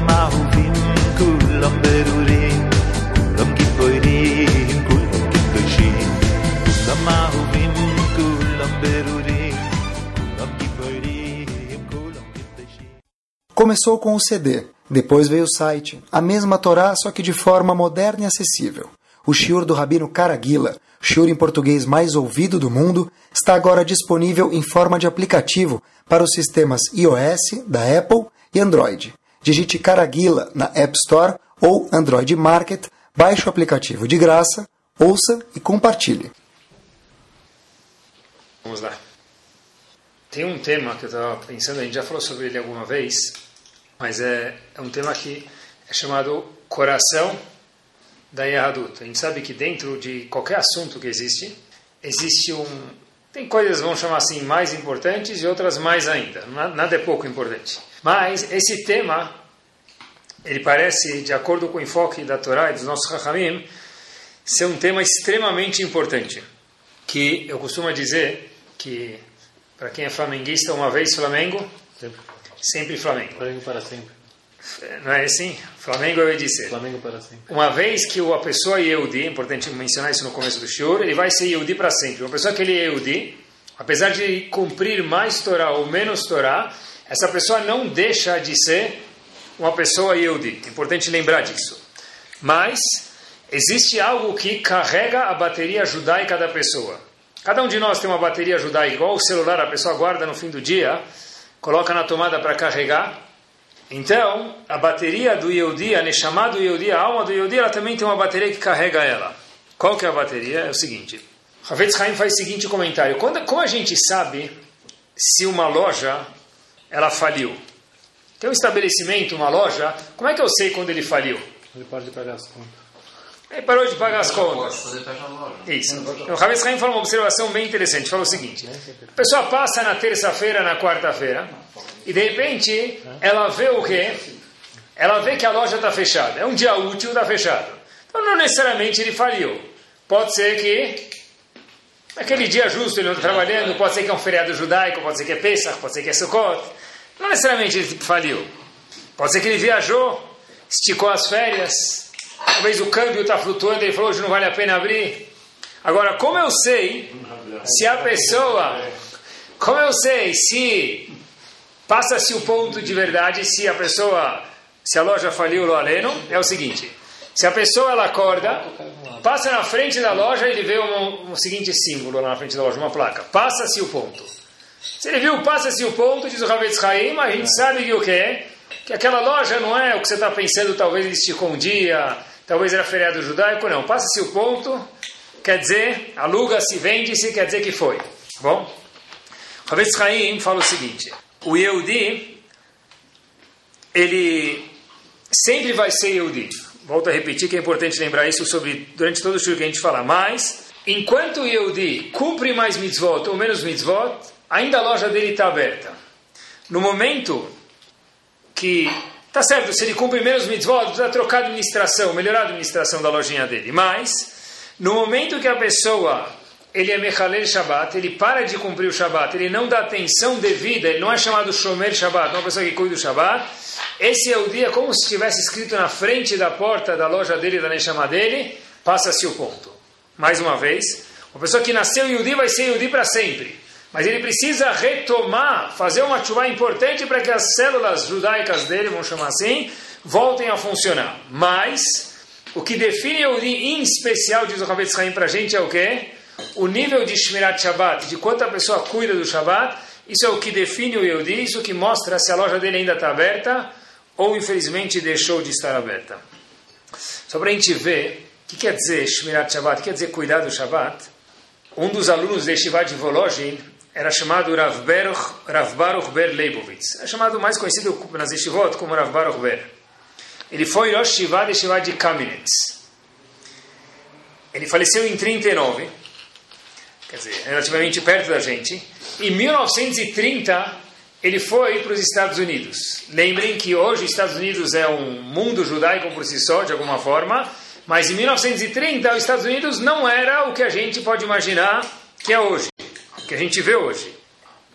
כולם אהובים, כולם ברורים, כולם גיבורים, כולם קדושים. כולם אהובים, כולם ברורים, כולם גיבורים, כולם קדושים. Começou com o CD, depois veio o site, a mesma Torá, só que de forma moderna e acessível. O shiur do Rabino Caraguila, shiur em português mais ouvido do mundo, está agora disponível em forma de aplicativo para os sistemas iOS, da Apple e Android. Digite Caraguila na App Store ou Android Market, baixe o aplicativo de graça, ouça e compartilhe. Vamos lá. Tem um tema que eu estava pensando, a gente já falou sobre ele alguma vez, mas é um tema que é chamado coração da Yahadut. A gente sabe que dentro de qualquer assunto que existe tem coisas, vamos chamar assim, mais importantes e outras mais ainda. Nada é pouco importante. Mas esse tema, ele parece, de acordo com o enfoque da Torá e dos nossos Chachamim, ser um tema extremamente importante. Que eu costumo dizer que, para quem é flamenguista, uma vez Flamengo, sempre Flamengo. Flamengo para sempre. Não é assim? Flamengo eu ia dizer. Flamengo para sempre. Uma vez que a pessoa é Yehudi, é importante mencionar isso no começo do shiur, ele vai ser Yehudi para sempre. Uma pessoa que ele é Yehudi, apesar de cumprir mais Torá ou menos Torá, essa pessoa não deixa de ser uma pessoa Yehudi. É importante lembrar disso. Mas existe algo que carrega a bateria judaica da pessoa. Cada um de nós tem uma bateria judaica, igual o celular, a pessoa guarda no fim do dia, coloca na tomada para carregar. Então, a bateria do Yehudi, a Neshama do Yehudi, a alma do Yehudi, ela também tem uma bateria que carrega ela. Qual que é a bateria? É o seguinte. Havetz Chaim faz o seguinte comentário. Como a gente sabe se uma loja ela faliu? Tem um estabelecimento, uma loja, como é que eu sei quando ele faliu? Ele pode pagar as contas. Ele parou de pagar as contas. Isso. O Havetz Chaim fala uma observação bem interessante. Fala o seguinte. A pessoa passa na terça-feira, na quarta-feira, e de repente ela vê o quê? Ela vê que a loja está fechada. É um dia útil, está fechado. Então não necessariamente ele faliu. Pode ser que naquele dia justo ele não está trabalhando, pode ser que é um feriado judaico, pode ser que é Pesach, pode ser que é Sukkot. Não necessariamente ele faliu. Pode ser que ele viajou, esticou as férias. Talvez o câmbio está flutuando e ele falou, hoje não vale a pena abrir. Agora, como eu sei se a pessoa... Como eu sei se passa-se o ponto de verdade, se a loja faliu, lo aleno, é o seguinte. Se a pessoa ela acorda, passa na frente da loja e ele vê um seguinte símbolo lá na frente da loja, uma placa. Passa-se o ponto. Se ele viu, passa-se o ponto, diz o Havetz Chaim, a gente sabe que o que é? Que aquela loja não é o que você está pensando, talvez ele esticou um dia, talvez era feriado judaico, não. Passa-se o ponto, quer dizer, aluga-se, vende-se, quer dizer que foi. Bom? O Havetz Chaim fala o seguinte, o Yehudi, ele sempre vai ser Yehudi. Volto a repetir que é importante lembrar isso durante todo o shiur que a gente fala. Mas, enquanto o Yehudi cumpre mais mitzvot ou menos mitzvot, ainda a loja dele está aberta. No momento que, tá certo, se ele cumpre menos mitzvot, precisa trocar a administração, melhorar a administração da lojinha dele. Mas, no momento que a pessoa, ele é Mechalel Shabbat, ele para de cumprir o Shabbat, ele não dá atenção devida, ele não é chamado Shomer Shabbat, não é uma pessoa que cuida do Shabbat, esse é o dia como se estivesse escrito na frente da porta da loja dele, da Neshama dele, passa-se o ponto. Mais uma vez, uma pessoa que nasceu Yehudi vai ser Yehudi para sempre. Mas ele precisa retomar, fazer uma tchuvá importante para que as células judaicas dele, vamos chamar assim, voltem a funcionar. Mas, o que define Yehudi em especial, diz o Havetz Chaim para a gente, é o quê? O nível de Shmirat Shabbat, de quanto a pessoa cuida do Shabbat, isso é o que define o Yehudi, isso que mostra se a loja dele ainda está aberta ou, infelizmente, deixou de estar aberta. Só para a gente ver o que quer dizer Shmirat Shabbat, o que quer dizer cuidar do Shabbat. Um dos alunos de Yeshiva de Volozhin era chamado Rav Baruch Ber Leibovitz. É chamado mais conhecido nas Yeshivot como Rav Baruch Ber. Ele foi Rosh Yeshiva de Kamenetz. Ele faleceu em 39, quer dizer, relativamente perto da gente. Em 1930, ele foi para os Estados Unidos. Lembrem que hoje os Estados Unidos é um mundo judaico por si só, de alguma forma, mas em 1930 os Estados Unidos não era o que a gente pode imaginar que é hoje, o que a gente vê hoje.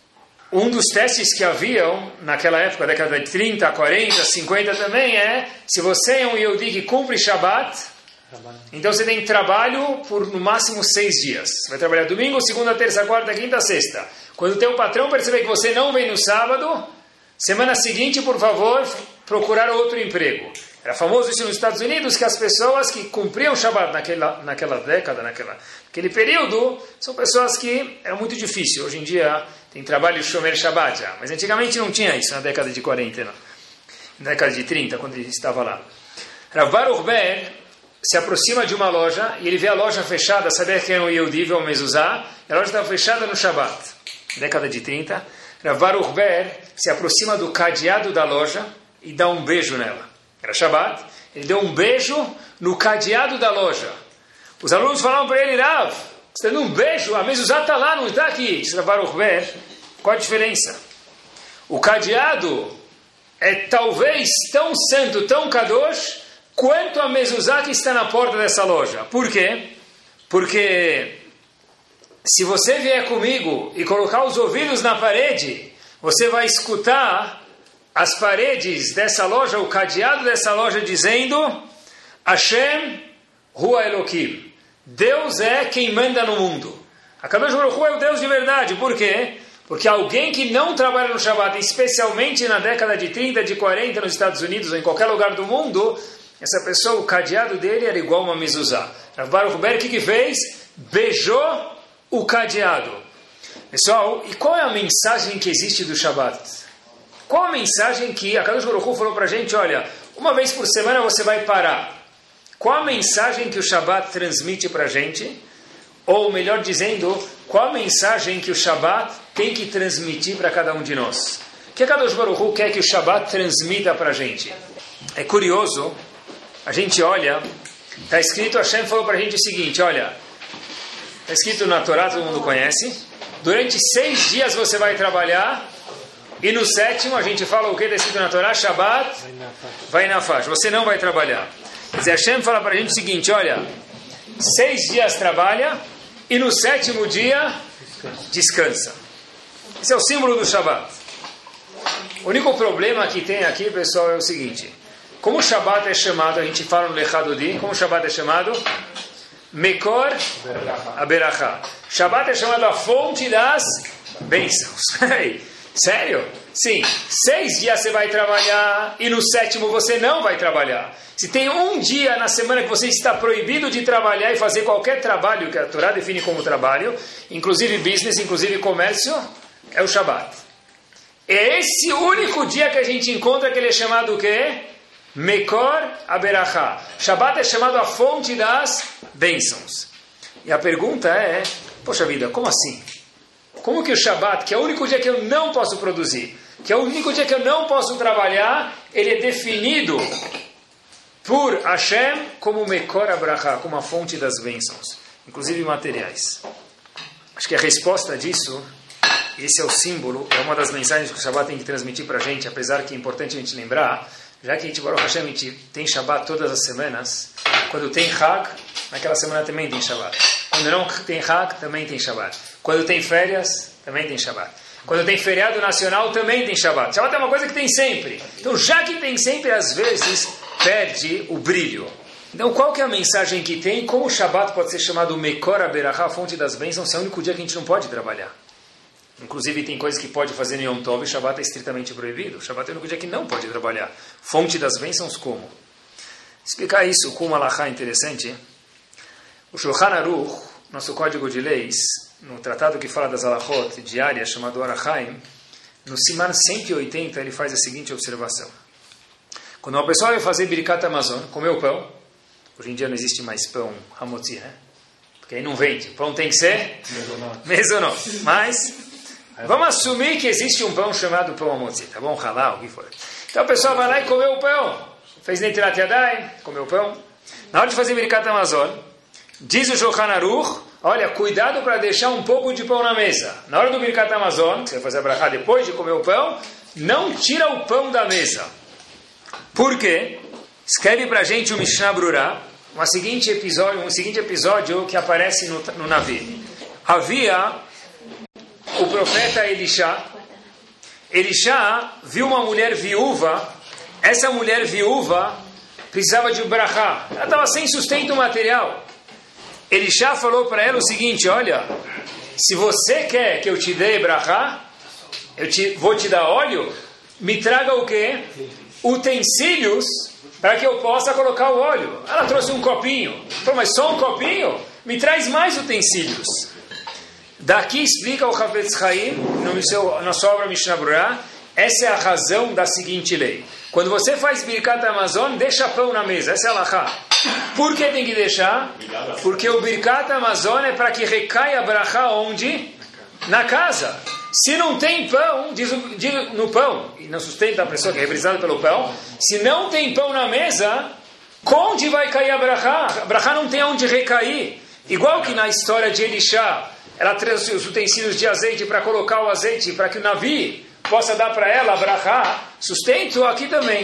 Um dos testes que haviam naquela época, década de 30, 40, 50 também se você é um Yehudi que cumpre Shabbat, então você tem trabalho por no máximo 6 dias. Você vai trabalhar domingo, segunda, terça, quarta, quinta, sexta. Quando o teu patrão perceber que você não vem no sábado, semana seguinte, por favor, procurar outro emprego. Era famoso isso nos Estados Unidos, que as pessoas que cumpriam Shabbat naquela década, naquele período, são pessoas que era muito difícil. Hoje em dia tem trabalho Shomer Shabbat já, mas antigamente não tinha isso na década de 40, não. Na década de 30, quando ele estava lá. Rav Baruch Ber se aproxima de uma loja e ele vê a loja fechada, sabia que era um Yehudi, um mezuzá, e a loja estava fechada no Shabbat. Década de 30, Rav Baruch Ber se aproxima do cadeado da loja e dá um beijo nela. Era Shabbat, ele deu um beijo no cadeado da loja. Os alunos falaram para ele, Rav, você está dando um beijo, a mezuzá está lá, não está aqui. Diz Rav Baruch Ber, qual a diferença? O cadeado é talvez tão santo, tão kadosh, quanto a mezuzá que está na porta dessa loja. Por quê? Porque se você vier comigo e colocar os ouvidos na parede, você vai escutar as paredes dessa loja, o cadeado dessa loja dizendo Hashem Hua Elokim. Deus é quem manda no mundo. HaKadosh Baruch Hu é o Deus de verdade. Por quê? Porque alguém que não trabalha no Shabbat, especialmente na década de 30, de 40 nos Estados Unidos ou em qualquer lugar do mundo, essa pessoa, o cadeado dele era igual uma mezuzá. Rav Baruch Ber, o que fez? Beijou o cadeado. Pessoal, e qual é a mensagem que existe do Shabbat? Qual a mensagem que a HaKadosh Baruch Hu falou para a gente? Olha, uma vez por semana você vai parar. Qual a mensagem que o Shabbat transmite para a gente? Ou, melhor dizendo, qual a mensagem que o Shabbat tem que transmitir para cada um de nós? O que a HaKadosh Baruch Hu quer que o Shabbat transmita para a gente? É curioso, a gente olha, está escrito, Hashem falou para a gente o seguinte, olha, está escrito na Torá, todo mundo conhece, durante 6 dias você vai trabalhar, e no 7º, a gente fala o que está escrito na Torá? Shabbat, vai na faixa. Você não vai trabalhar. Quer dizer, Hashem fala para a gente o seguinte, olha, 6 dias trabalha e no 7º dia descansa. Esse é o símbolo do Shabbat. O único problema que tem aqui, pessoal, é o seguinte. Como o Shabbat é chamado, a gente fala no Lechadodi, como o Shabbat é chamado? Mekor Aberachá. Shabbat é chamado a fonte das bênçãos. Sério? Sim. 6 dias você vai trabalhar e no 7º você não vai trabalhar. Se tem um dia na semana que você está proibido de trabalhar e fazer qualquer trabalho que a Torá define como trabalho, inclusive business, inclusive comércio, é o Shabbat. É esse único dia que a gente encontra que ele é chamado o quê? Mekor Aberachá. Shabbat é chamado a fonte das bênçãos. E a pergunta é, poxa vida, como assim? Como que o Shabbat, que é o único dia que eu não posso produzir, que é o único dia que eu não posso trabalhar, ele é definido por Hashem como Mekor Abrahá, como a fonte das bênçãos, inclusive materiais. Acho que a resposta disso, esse é o símbolo, é uma das mensagens que o Shabbat tem que transmitir para a gente, apesar que é importante a gente lembrar, já que a gente, Baruch Hashem, a gente tem Shabbat todas as semanas, quando tem Hag, naquela semana também tem Shabbat. Quando não tem Hag, também tem Shabbat. Quando tem férias, também tem Shabbat. Quando tem feriado nacional, também tem Shabbat. Shabbat é uma coisa que tem sempre. Então, já que tem sempre, às vezes, perde o brilho. Então, qual que é a mensagem que tem? Como o Shabbat pode ser chamado Mekor Aberachá, a fonte das bênçãos, se é o único dia que a gente não pode trabalhar? Inclusive, tem coisas que pode fazer no Yom Tov, e Shabbat é estritamente proibido. O Shabbat é o único dia que não pode trabalhar. Fonte das bênçãos, como? Explicar isso com uma alahá interessante. O Shulchan Aruch, nosso código de leis, no tratado que fala das alahot diárias, chamado Arachaim, no Siman 180, ele faz a seguinte observação. Quando uma pessoa vai fazer Birkat Hamazon, comer o pão, hoje em dia não existe mais pão hamotzi, né? Porque aí não vende. O pão tem que ser mesonot. Mas vamos assumir que existe um pão chamado pão hamotzi, tá bom? Halal, o que for. Então a pessoa vai lá e comeu o pão. Fez Netilat Yadayim, comeu o pão. Na hora de fazer Birkat Hamazon, diz o Shulchan Aruch, olha, cuidado para deixar um pouco de pão na mesa. Na hora do Birkat Hamazon, que você vai fazer a brachá depois de comer o pão, não tira o pão da mesa. Por quê? Escreve para a gente o Mishnah Brurá, um seguinte episódio que aparece no Navi. Havia o profeta Elisha, Elisha viu uma mulher viúva. Essa mulher viúva precisava de brachá. Ela estava sem sustento material. Elisha falou para ela o seguinte, olha, se você quer que eu te dê brachá, vou te dar óleo, me traga o quê? Utensílios para que eu possa colocar o óleo. Ela trouxe um copinho. Falou, mas só um copinho? Me traz mais utensílios. Daqui explica o Havetz Haim, na sua obra Mishnah Berurah, essa é a razão da seguinte lei. Quando você faz Birkat Hamazon, deixa pão na mesa. Essa é a halachá. Por que tem que deixar? Porque o Birkat Hamazon é para que recaia a brachá onde? Na casa. Se não tem pão, diz no pão, e não sustenta a pessoa que é representada pelo pão, se não tem pão na mesa, onde vai cair a brachá? A brachá não tem onde recair. Igual que na história de Elisha, ela trouxe os utensílios de azeite para colocar o azeite, para que o Navi possa dar para ela a brachá, sustento aqui também.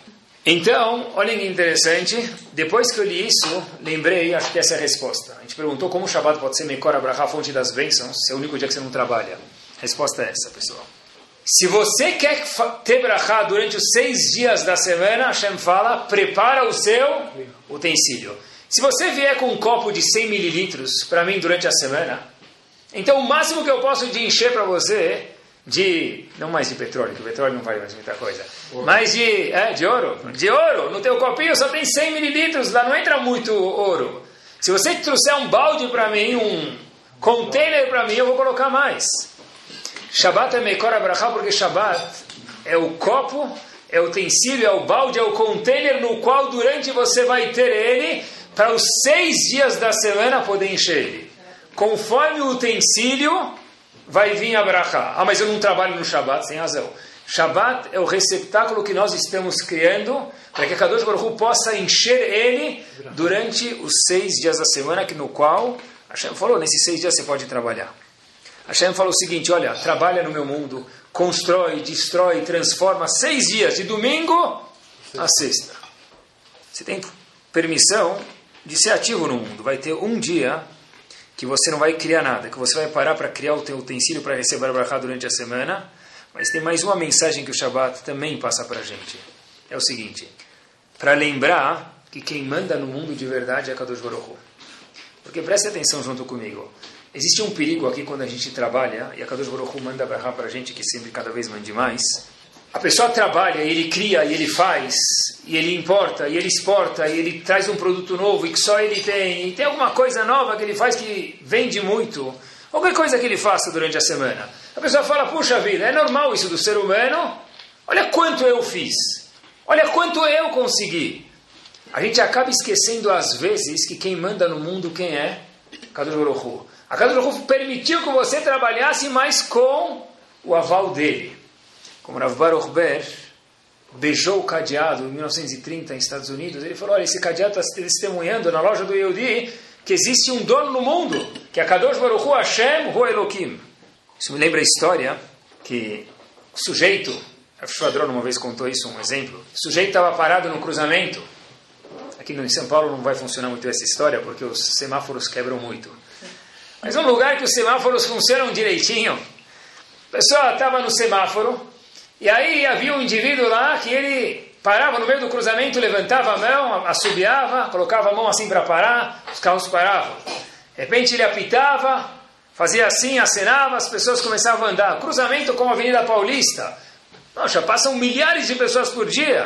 Então, olhem que interessante, depois que eu li isso, lembrei, acho que essa é a resposta. A gente perguntou como o Shabbat pode ser Mekor Abrahá, fonte das bênçãos, se é o único dia que você não trabalha. A resposta é essa, pessoal. Se você quer ter brachá durante os 6 dias da semana, Hashem fala, prepara o seu utensílio. Se você vier com um copo de 100 mililitros para mim durante a semana, então o máximo que eu posso de encher para você não mais de petróleo, que o petróleo não vale mais muita coisa, mas de ouro. De ouro, no teu copinho só tem 100 mililitros, lá não entra muito ouro. Se você trouxer um balde para mim, um container para mim, eu vou colocar mais. Shabbat é Mekor Abrahá, porque Shabbat é o copo, é o utensílio, é o balde, é o container no qual durante você vai ter ele, para os 6 dias da semana poder encher ele. Conforme o utensílio, vai vir a brachá. Mas eu não trabalho no Shabbat, sem razão. Shabbat é o receptáculo que nós estamos criando para que a Kadosh Baruch Hu possa encher ele durante os 6 dias da semana, no qual Hashem falou, nesses 6 dias você pode trabalhar. Hashem falou o seguinte, olha, trabalha no meu mundo, constrói, destrói, transforma 6 dias, de domingo a sexta. Você tem permissão de ser ativo no mundo. Vai ter um dia que você não vai criar nada, que você vai parar para criar o teu utensílio para receber a brachá durante a semana, mas tem mais uma mensagem que o Shabbat também passa para a gente. É o seguinte, para lembrar que quem manda no mundo de verdade é Kadosh Baruch Hu. Porque preste atenção junto comigo, existe um perigo aqui quando a gente trabalha, e a Kadosh Baruch Hu manda a brachá para a gente, que sempre cada vez mande mais. A pessoa trabalha, e ele cria, e ele faz, e ele importa, e ele exporta, e ele traz um produto novo, e que só ele tem, e tem alguma coisa nova que ele faz que vende muito, qualquer coisa que ele faça durante a semana. A pessoa fala, puxa vida, é normal isso do ser humano, olha quanto eu fiz, olha quanto eu consegui. A gente acaba esquecendo às vezes que quem manda no mundo, quem é? Kadosh Baruch Hu. A Kadosh Baruch Hu permitiu que você trabalhasse, mas com o aval dele. Como Rav Baruch Ber beijou o cadeado em 1930 nos Estados Unidos, ele falou, olha, esse cadeado está testemunhando na loja do Yehudi que existe um dono no mundo, que é Kadosh Baruch Hu Hashem Hu Elokim. Isso me lembra a história que o sujeito, a Shvadron uma vez contou isso, um exemplo, o sujeito estava parado no cruzamento. Aqui em São Paulo não vai funcionar muito essa história, porque os semáforos quebram muito. Mas um lugar que os semáforos funcionam direitinho, a pessoa estava no semáforo, e aí havia um indivíduo lá que ele parava no meio do cruzamento, levantava a mão, assobiava, colocava a mão assim para parar, os carros paravam. De repente ele apitava, fazia assim, acenava, as pessoas começavam a andar. Cruzamento com a Avenida Paulista. Nossa, passam milhares de pessoas por dia.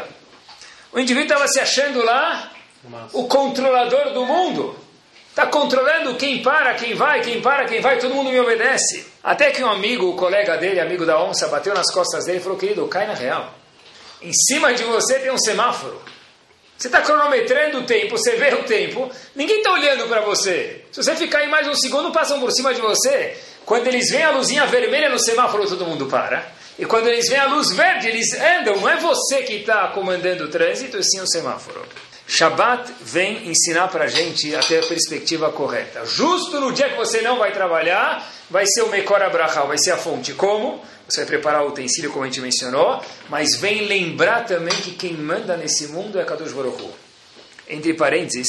O indivíduo estava se achando lá o controlador do mundo. Está controlando quem para, quem vai, quem para, quem vai, todo mundo me obedece. Até que um amigo, o colega dele, amigo da onça, bateu nas costas dele e falou, querido, cai na real. Em cima de você tem um semáforo. Você está cronometrando o tempo, você vê o tempo, ninguém está olhando para você. Se você ficar em mais um segundo, passam por cima de você. Quando eles veem a luzinha vermelha no semáforo, todo mundo para. E quando eles veem a luz verde, eles andam. Não é você que está comandando o trânsito, e sim o semáforo. Shabbat vem ensinar para a gente a ter a perspectiva correta. Justo no dia que você não vai trabalhar, vai ser o Mekor Abrahá, vai ser a fonte. Como? Você vai preparar o utensílio, como a gente mencionou, mas vem lembrar também que quem manda nesse mundo é Kadosh Baruch Hu. Entre parênteses,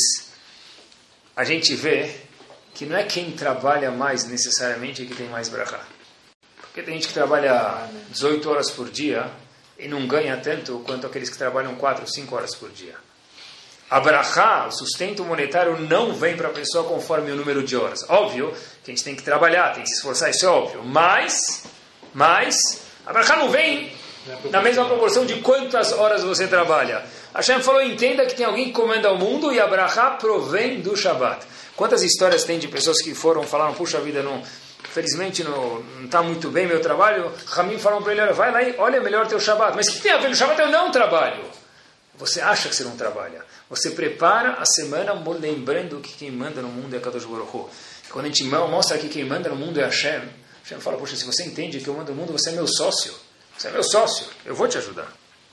a gente vê que não é quem trabalha mais necessariamente que tem mais brachá. Porque tem gente que trabalha 18 horas por dia e não ganha tanto quanto aqueles que trabalham 4 ou 5 horas por dia. A brachá, o sustento monetário, não vem para a pessoa conforme o número de horas. Óbvio que a gente tem que trabalhar, tem que se esforçar, isso é óbvio. Mas a brachá não vem na mesma proporção de quantas horas você trabalha. Hashem falou, entenda que tem alguém que comanda o mundo e a brachá provém do Shabbat. Quantas histórias tem de pessoas que falaram, puxa vida, felizmente não está muito bem meu trabalho. Ramim falaram para ele, olha, vai lá e olha melhor teu Shabbat. Mas o que tem a ver? No Shabbat eu não trabalho. Você acha que você não trabalha. Você prepara a semana lembrando que quem manda no mundo é Kadosh Baruch Hu. Quando a gente mostra que quem manda no mundo é Hashem, Hashem fala, poxa, se você entende que eu mando no mundo, você é meu sócio. Você é meu sócio, eu vou te ajudar.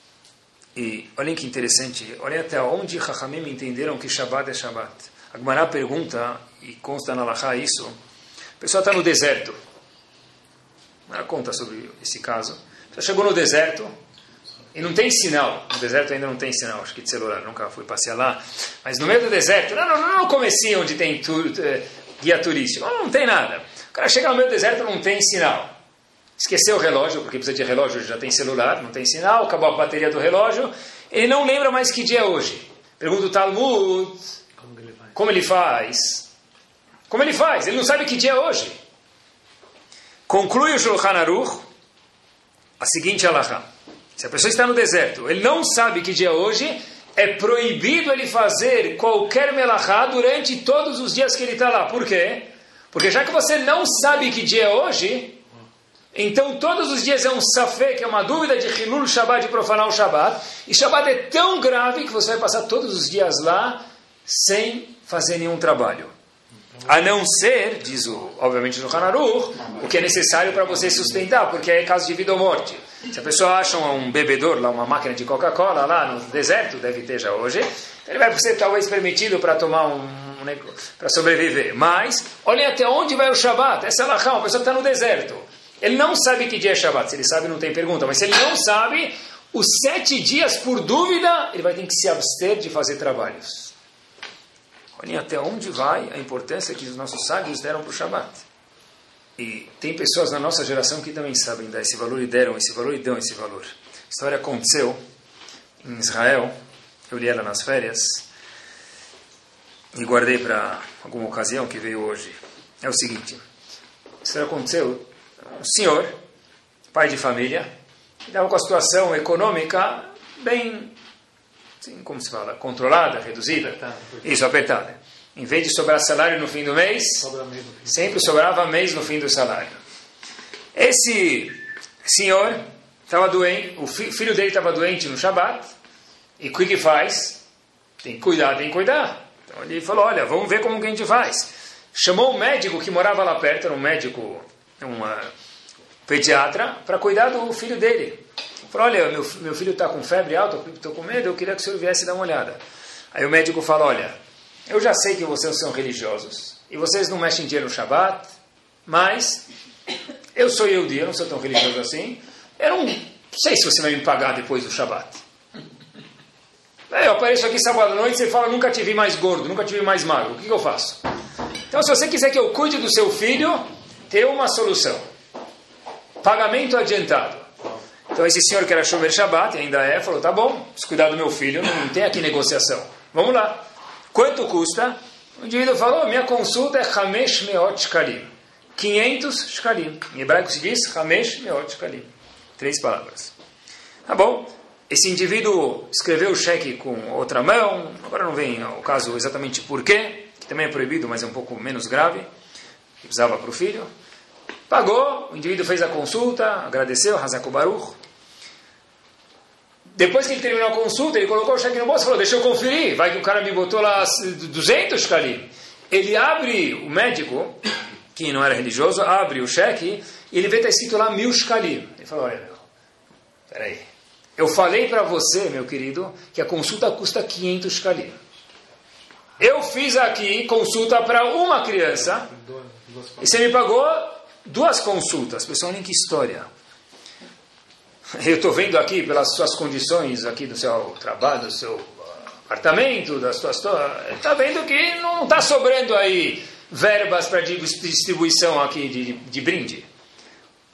E olhem que interessante, olhem até onde Chachamim entenderam que Shabbat é Shabbat. A Gemara pergunta, e consta na Halachá isso, a pessoa está no deserto. Ela conta sobre esse caso. A pessoa chegou no deserto e não tem sinal. No deserto ainda não tem sinal, acho que de celular, nunca fui passear lá. Mas no meio do deserto, não no comecinho onde tem guia turístico, não tem nada. O cara chega no meio do deserto e não tem sinal. Esqueceu o relógio, porque precisa de relógio, já tem celular, não tem sinal, acabou a bateria do relógio, ele não lembra mais que dia é hoje. Pergunta o Talmud, como ele faz? Como ele faz? Ele não sabe que dia é hoje. Conclui o Shulchan Aruch a seguinte halachá. Se a pessoa está no deserto, ele não sabe que dia é hoje, é proibido ele fazer qualquer melachá durante todos os dias que ele está lá. Por quê? Porque já que você não sabe que dia é hoje, então todos os dias é um safé, que é uma dúvida de Hilul Shabbat, de profanar o Shabbat, e Shabbat é tão grave que você vai passar todos os dias lá sem fazer nenhum trabalho. A não ser, diz obviamente no Shulchan Aruch, o que é necessário para você sustentar, porque é caso de vida ou morte. Se a pessoa acha um bebedor, lá, uma máquina de Coca-Cola lá no deserto, deve ter já hoje, ele vai ser talvez permitido para tomar para sobreviver. Mas, olhem até onde vai o Shabbat. Essa é a halachá, uma pessoa que está no deserto. Ele não sabe que dia é Shabbat. Se ele sabe, não tem pergunta. Mas se ele não sabe, os 7 dias, por dúvida, ele vai ter que se abster de fazer trabalhos. Olhem até onde vai a importância que os nossos sábios deram para o Shabbat. E tem pessoas na nossa geração que também sabem dar esse valor e deram esse valor e dão esse valor. A história aconteceu em Israel. Eu li ela nas férias e guardei para alguma ocasião que veio hoje. É o seguinte. A história aconteceu. Um senhor, pai de família, que estava com a situação econômica bem, assim, como se fala, controlada, reduzida. Isso, apertada. Em vez de sobrar salário no fim do mês, sempre sobrava mês no fim do salário. Esse senhor estava doente, o filho dele estava doente no Shabbat, e o que faz? Tem que cuidar, tem que cuidar. Então ele falou, olha, vamos ver como que a gente faz. Chamou um médico que morava lá perto, era um médico, um pediatra, para cuidar do filho dele. Falou, olha, meu filho está com febre alta, estou com medo, eu queria que o senhor viesse dar uma olhada. Aí o médico falou, olha, eu já sei que vocês são religiosos, e vocês não mexem dinheiro no Shabbat, mas eu sou Yehudi, eu não sou tão religioso assim, eu não sei se você vai me pagar depois do Shabbat. Eu apareço aqui sábado à noite e você fala, nunca te vi mais gordo, nunca te vi mais magro, o que eu faço? Então, se você quiser que eu cuide do seu filho, tem uma solução. Pagamento adiantado. Então, esse senhor que era Shomer Shabbat, ainda falou, tá bom, preciso cuidar do meu filho, não tem aqui negociação. Vamos lá. Quanto custa? O indivíduo falou, minha consulta é Hamesh Meot Shkalim. 500 Shkalim. Em hebraico se diz Hamesh Meot Shkalim. 3 palavras. Tá bom. Esse indivíduo escreveu o cheque com outra mão. Agora não vem ao caso exatamente por quê, que também é proibido, mas é um pouco menos grave. Usava para o filho. Pagou, o indivíduo fez a consulta, agradeceu, Hazak Baruch. Depois que ele terminou a consulta, ele colocou o cheque no bolso e falou, deixa eu conferir, vai que o cara me botou lá 200 shkalim. Ele abre, o médico, que não era religioso, abre o cheque e ele vê que está escrito lá 1000 shkalim. Ele falou, olha, peraí, eu falei para você, meu querido, que a consulta custa 500 shkalim. Eu fiz aqui consulta para uma criança e você me pagou 2 consultas. Pessoal, olhem que história. Eu estou vendo aqui, pelas suas condições aqui do seu trabalho, do seu apartamento, da sua história, está vendo que não está sobrando aí verbas para distribuição aqui de brinde.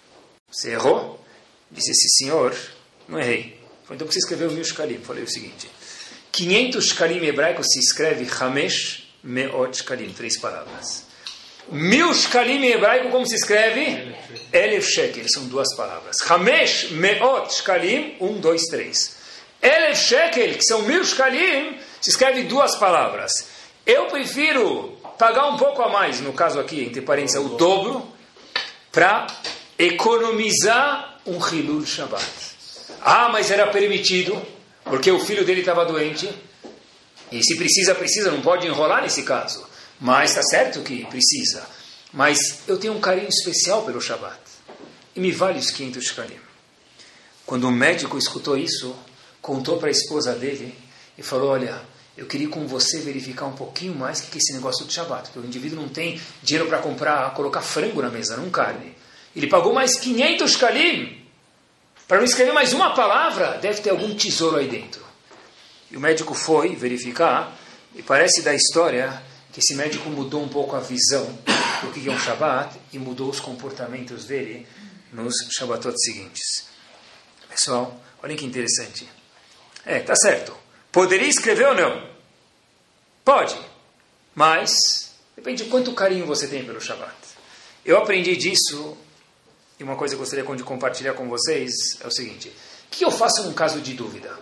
Você errou? Disse esse senhor, não errei. Falei, então por que você escreveu 1000 shkalim? Falei o seguinte, 500 shkalim em hebraico se escreve Hamesh Meot shkalim, 3 palavras. 1000 shkalim em hebraico como se escreve? Elef shekel, são 2 palavras. Hamesh Meot shkalim, 1, 2, 3. Elef shekel, que são 1000 shkalim, se escreve 2 palavras. Eu prefiro pagar um pouco a mais, no caso aqui, entre parênteses, o dobro, para economizar um Hilul Shabbat. Ah, mas era permitido, porque o filho dele estava doente. E se precisa, precisa, não pode enrolar nesse caso. Mas está certo que precisa. Mas eu tenho um carinho especial pelo Shabbat. E me vale os 500 shkalim. Quando o médico escutou isso, contou para a esposa dele e falou, olha, eu queria com você verificar um pouquinho mais o que é esse negócio de Shabbat. Porque o indivíduo não tem dinheiro para colocar frango na mesa, não carne. Ele pagou mais 500 shkalim para não escrever mais uma palavra. Deve ter algum tesouro aí dentro. E o médico foi verificar, e parece da história que esse médico mudou um pouco a visão do que é um Shabbat e mudou os comportamentos dele nos Shabbatot seguintes. Pessoal, olhem que interessante. Tá certo. Poderia escrever ou não? Pode. Mas depende de quanto carinho você tem pelo Shabbat. Eu aprendi disso, e uma coisa que eu gostaria de compartilhar com vocês é o seguinte. O que eu faço num caso de dúvida?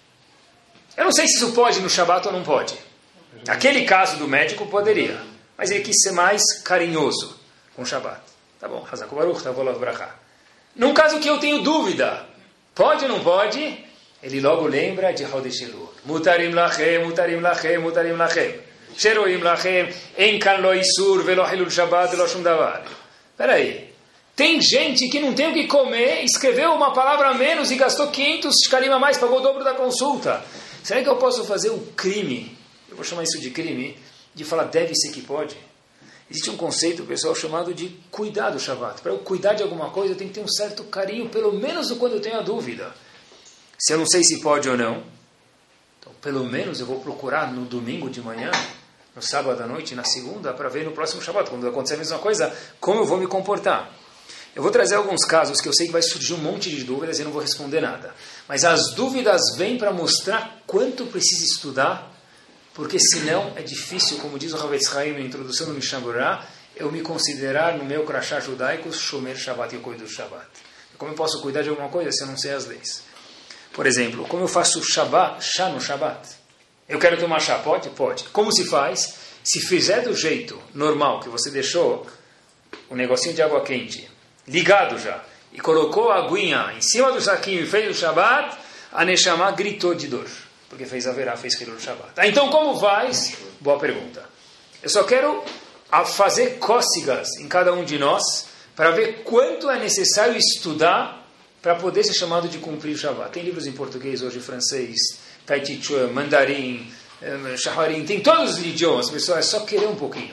Eu não sei se isso pode no Shabbat ou não pode. Aquele caso do médico poderia. Mas ele quis ser mais carinhoso com o Shabbat. Tá bom. Hazak Baruch, Tavolav Bracha. Num caso que eu tenho dúvida, pode ou não pode? Ele logo lembra de Chodesh Elul. Mutarim lachem, mutarim lachem, mutarim lachem. Sheroim lachem, en kan lo isur, velo hilul Shabbat, velo shum davar. Peraí. Tem gente que não tem o que comer, escreveu uma palavra a menos e gastou 500 shkalim a mais, pagou o dobro da consulta. Será que eu posso fazer um crime? Eu vou chamar isso de crime, de falar deve ser que pode. Existe um conceito, pessoal, chamado de cuidar do Shabbat. Para eu cuidar de alguma coisa, eu tenho que ter um certo carinho, pelo menos quando eu tenho a dúvida. Se eu não sei se pode ou não, então pelo menos eu vou procurar no domingo de manhã, no sábado à noite, na segunda, para ver no próximo Shabbat, quando acontecer a mesma coisa, como eu vou me comportar. Eu vou trazer alguns casos que eu sei que vai surgir um monte de dúvidas e eu não vou responder nada. Mas as dúvidas vêm para mostrar quanto precisa estudar, porque senão é difícil, como diz o Havetz Chaim na introdução do Mishnah Berurah, eu me considerar no meu crachá judaico Shomer Shabbat, eu cuido do Shabbat. Como eu posso cuidar de alguma coisa se eu não sei as leis? Por exemplo, como eu faço chá no Shabbat? Eu quero tomar chá, pode? Pode. Como se faz? Se fizer do jeito normal, que você deixou um negocinho de água quente ligado já, e colocou a aguinha em cima do saquinho e fez o Shabbat, a Neshama gritou de dor, porque fez haverá, fez Hilul Shabbat. Então como faz? Boa pergunta. Eu só quero fazer cócegas em cada um de nós, para ver quanto é necessário estudar para poder ser chamado de cumprir o Shabbat. Tem livros em português hoje, francês, Tai Chi Chuan, mandarim, shaharim, tem todos os idiomas, pessoal, é só querer um pouquinho.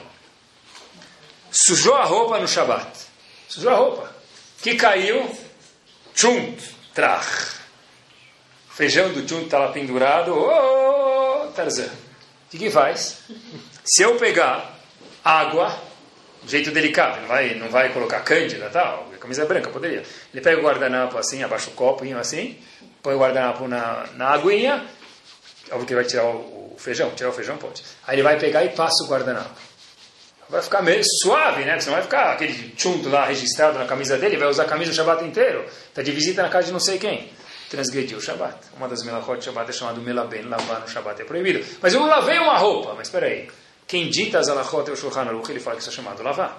Sujou a roupa no Shabbat. Sujou a roupa. Que caiu? Tchunt, trach. Feijão do tchunt está lá pendurado. Oh, Tarzan. O que faz? Se eu pegar água, de jeito delicado, não vai colocar cândida, tal, camisa branca, poderia. Ele pega o guardanapo assim, abaixa o copinho assim, põe o guardanapo na aguinha, óbvio que vai tirar o feijão, tirar o feijão pode. Aí ele vai pegar e passa o guardanapo. Vai ficar meio suave, né? Você não vai ficar aquele chunto lá registrado na camisa dele, vai usar a camisa o Shabbat inteiro. Está de visita na casa de não sei quem. Transgrediu o Shabbat. Uma das melachot de Shabbat é chamada melaben, lavar no Shabbat é proibido. Mas eu lavei uma roupa. Mas espera aí. Quem dita as alachot é o Shulchan Aruch, ele fala que isso é chamado lavar.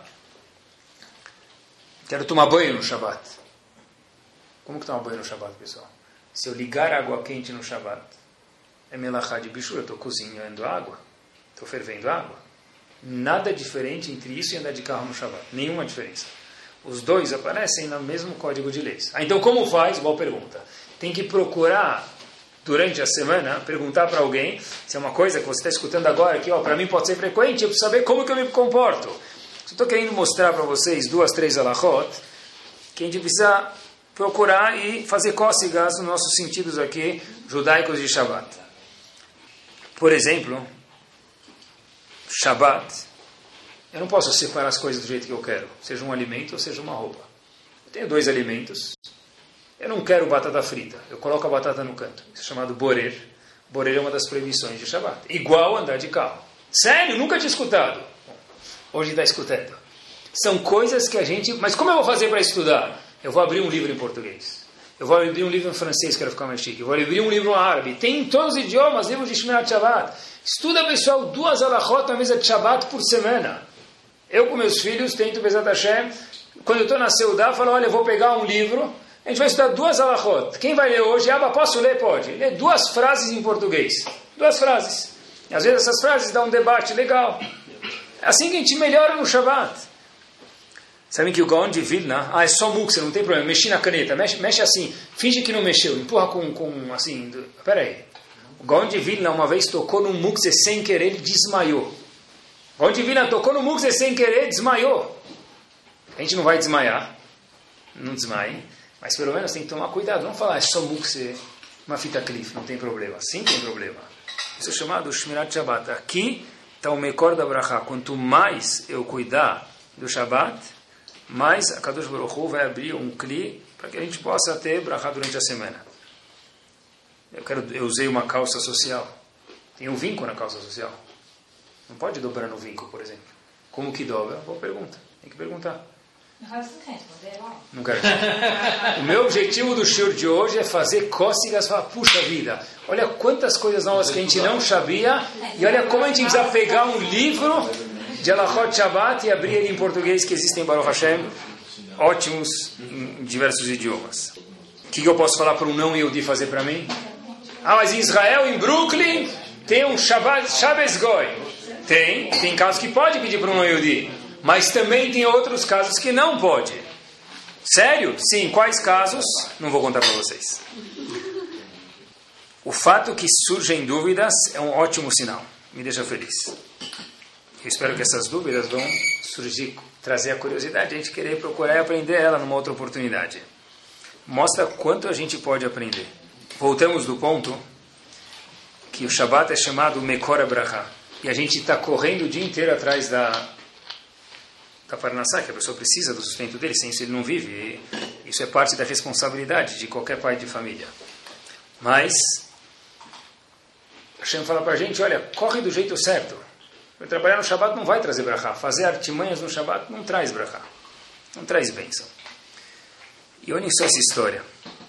Quero tomar banho no Shabbat. Como que toma banho no Shabbat, pessoal? Se eu ligar água quente no Shabbat, é melachá de bichura, eu estou cozinhando água, estou fervendo água. Nada diferente entre isso e andar de carro no Shabbat. Nenhuma diferença. Os dois aparecem no mesmo código de leis. Então, como faz? Boa pergunta. Tem que procurar, durante a semana, perguntar para alguém se é uma coisa que você está escutando agora, que para mim pode ser frequente, eu preciso saber como que eu me comporto. Estou querendo mostrar para vocês 2, 3 alachot, que a gente precisa procurar e fazer cócegas nos nossos sentidos aqui, judaicos de Shabbat. Por exemplo, Shabbat, eu não posso separar as coisas do jeito que eu quero, seja um alimento ou seja uma roupa. Eu tenho 2 alimentos, eu não quero batata frita, eu coloco a batata no canto. Isso é chamado borer. Borer é uma das proibições de Shabbat. Igual andar de carro. Sério? Nunca tinha escutado. Bom, hoje está escutando. São coisas que a gente... Mas como eu vou fazer para estudar? Eu vou abrir um livro em português. Eu vou abrir um livro em francês, quero ficar mais chique. Eu vou abrir um livro em árabe. Tem em todos os idiomas, livros de Shmirat Shabbat. Estuda, pessoal, 2 alachot na mesa de Shabbat por semana. Eu com meus filhos tento, Bezat Hashem, quando eu estou na Seudá, falo, olha, eu vou pegar um livro, a gente vai estudar 2 alachot. Quem vai ler hoje? Abba, posso ler? Pode. Lê 2 frases em português. 2 frases. E às vezes essas frases dão um debate legal. É assim que a gente melhora no Shabbat. Sabem que o Gaon de Vilna, é só muksa, não tem problema, mexi na caneta, mexe assim, finge que não mexeu, empurra com assim, peraí. O Gaon de Vilna uma vez tocou num muksa sem querer, ele desmaiou. O Gaon de Vilna tocou no muksa sem querer, desmaiou. A gente não vai desmaiar, não desmaie, mas pelo menos tem que tomar cuidado, não falar, é só muksa, uma fita cliff, não tem problema, sim tem problema. Isso é chamado Shmirat Shabbat. Aqui está o Mekor da Bracha, quanto mais eu cuidar do Shabbat, mas a Kadosh Baruch Hu vai abrir um kli para que a gente possa ter brachá durante a semana. Eu usei uma calça social. Tem um vinco na calça social. Não pode dobrar no vinco, por exemplo. Como que dobra? Boa pergunta. Tem que perguntar. Não quero. O meu objetivo do shiur de hoje é fazer cócegas. Falar, puxa vida, olha quantas coisas novas que a gente não sabia. E olha como a gente precisa pegar um livro de Alachot Shabbat e abrir ele em português, que existem em Baruch Hashem, ótimos em diversos idiomas. O que eu posso falar para um não Yehudi fazer para mim? Mas em Israel, em Brooklyn, tem um Shabbos Goy. Tem casos que pode pedir para um não Yehudi, mas também tem outros casos que não pode. Sério? Sim. Quais casos? Não vou contar para vocês. O fato que surgem dúvidas é um ótimo sinal. Me deixa feliz. Eu espero que essas dúvidas vão surgir, trazer a curiosidade, a gente querer procurar e aprender ela numa outra oportunidade. Mostra quanto a gente pode aprender. Voltamos do ponto que o Shabbat é chamado Mekor Bracha. E a gente está correndo o dia inteiro atrás da Parnassá, que a pessoa precisa do sustento dele, sem isso ele não vive. E isso é parte da responsabilidade de qualquer pai de família. Mas Hashem fala para a gente, olha, corre do jeito certo. Trabalhar no Shabbat não vai trazer brachá. Fazer artimanhas no Shabbat não traz brachá. Não traz bênção. E olhem só essa história.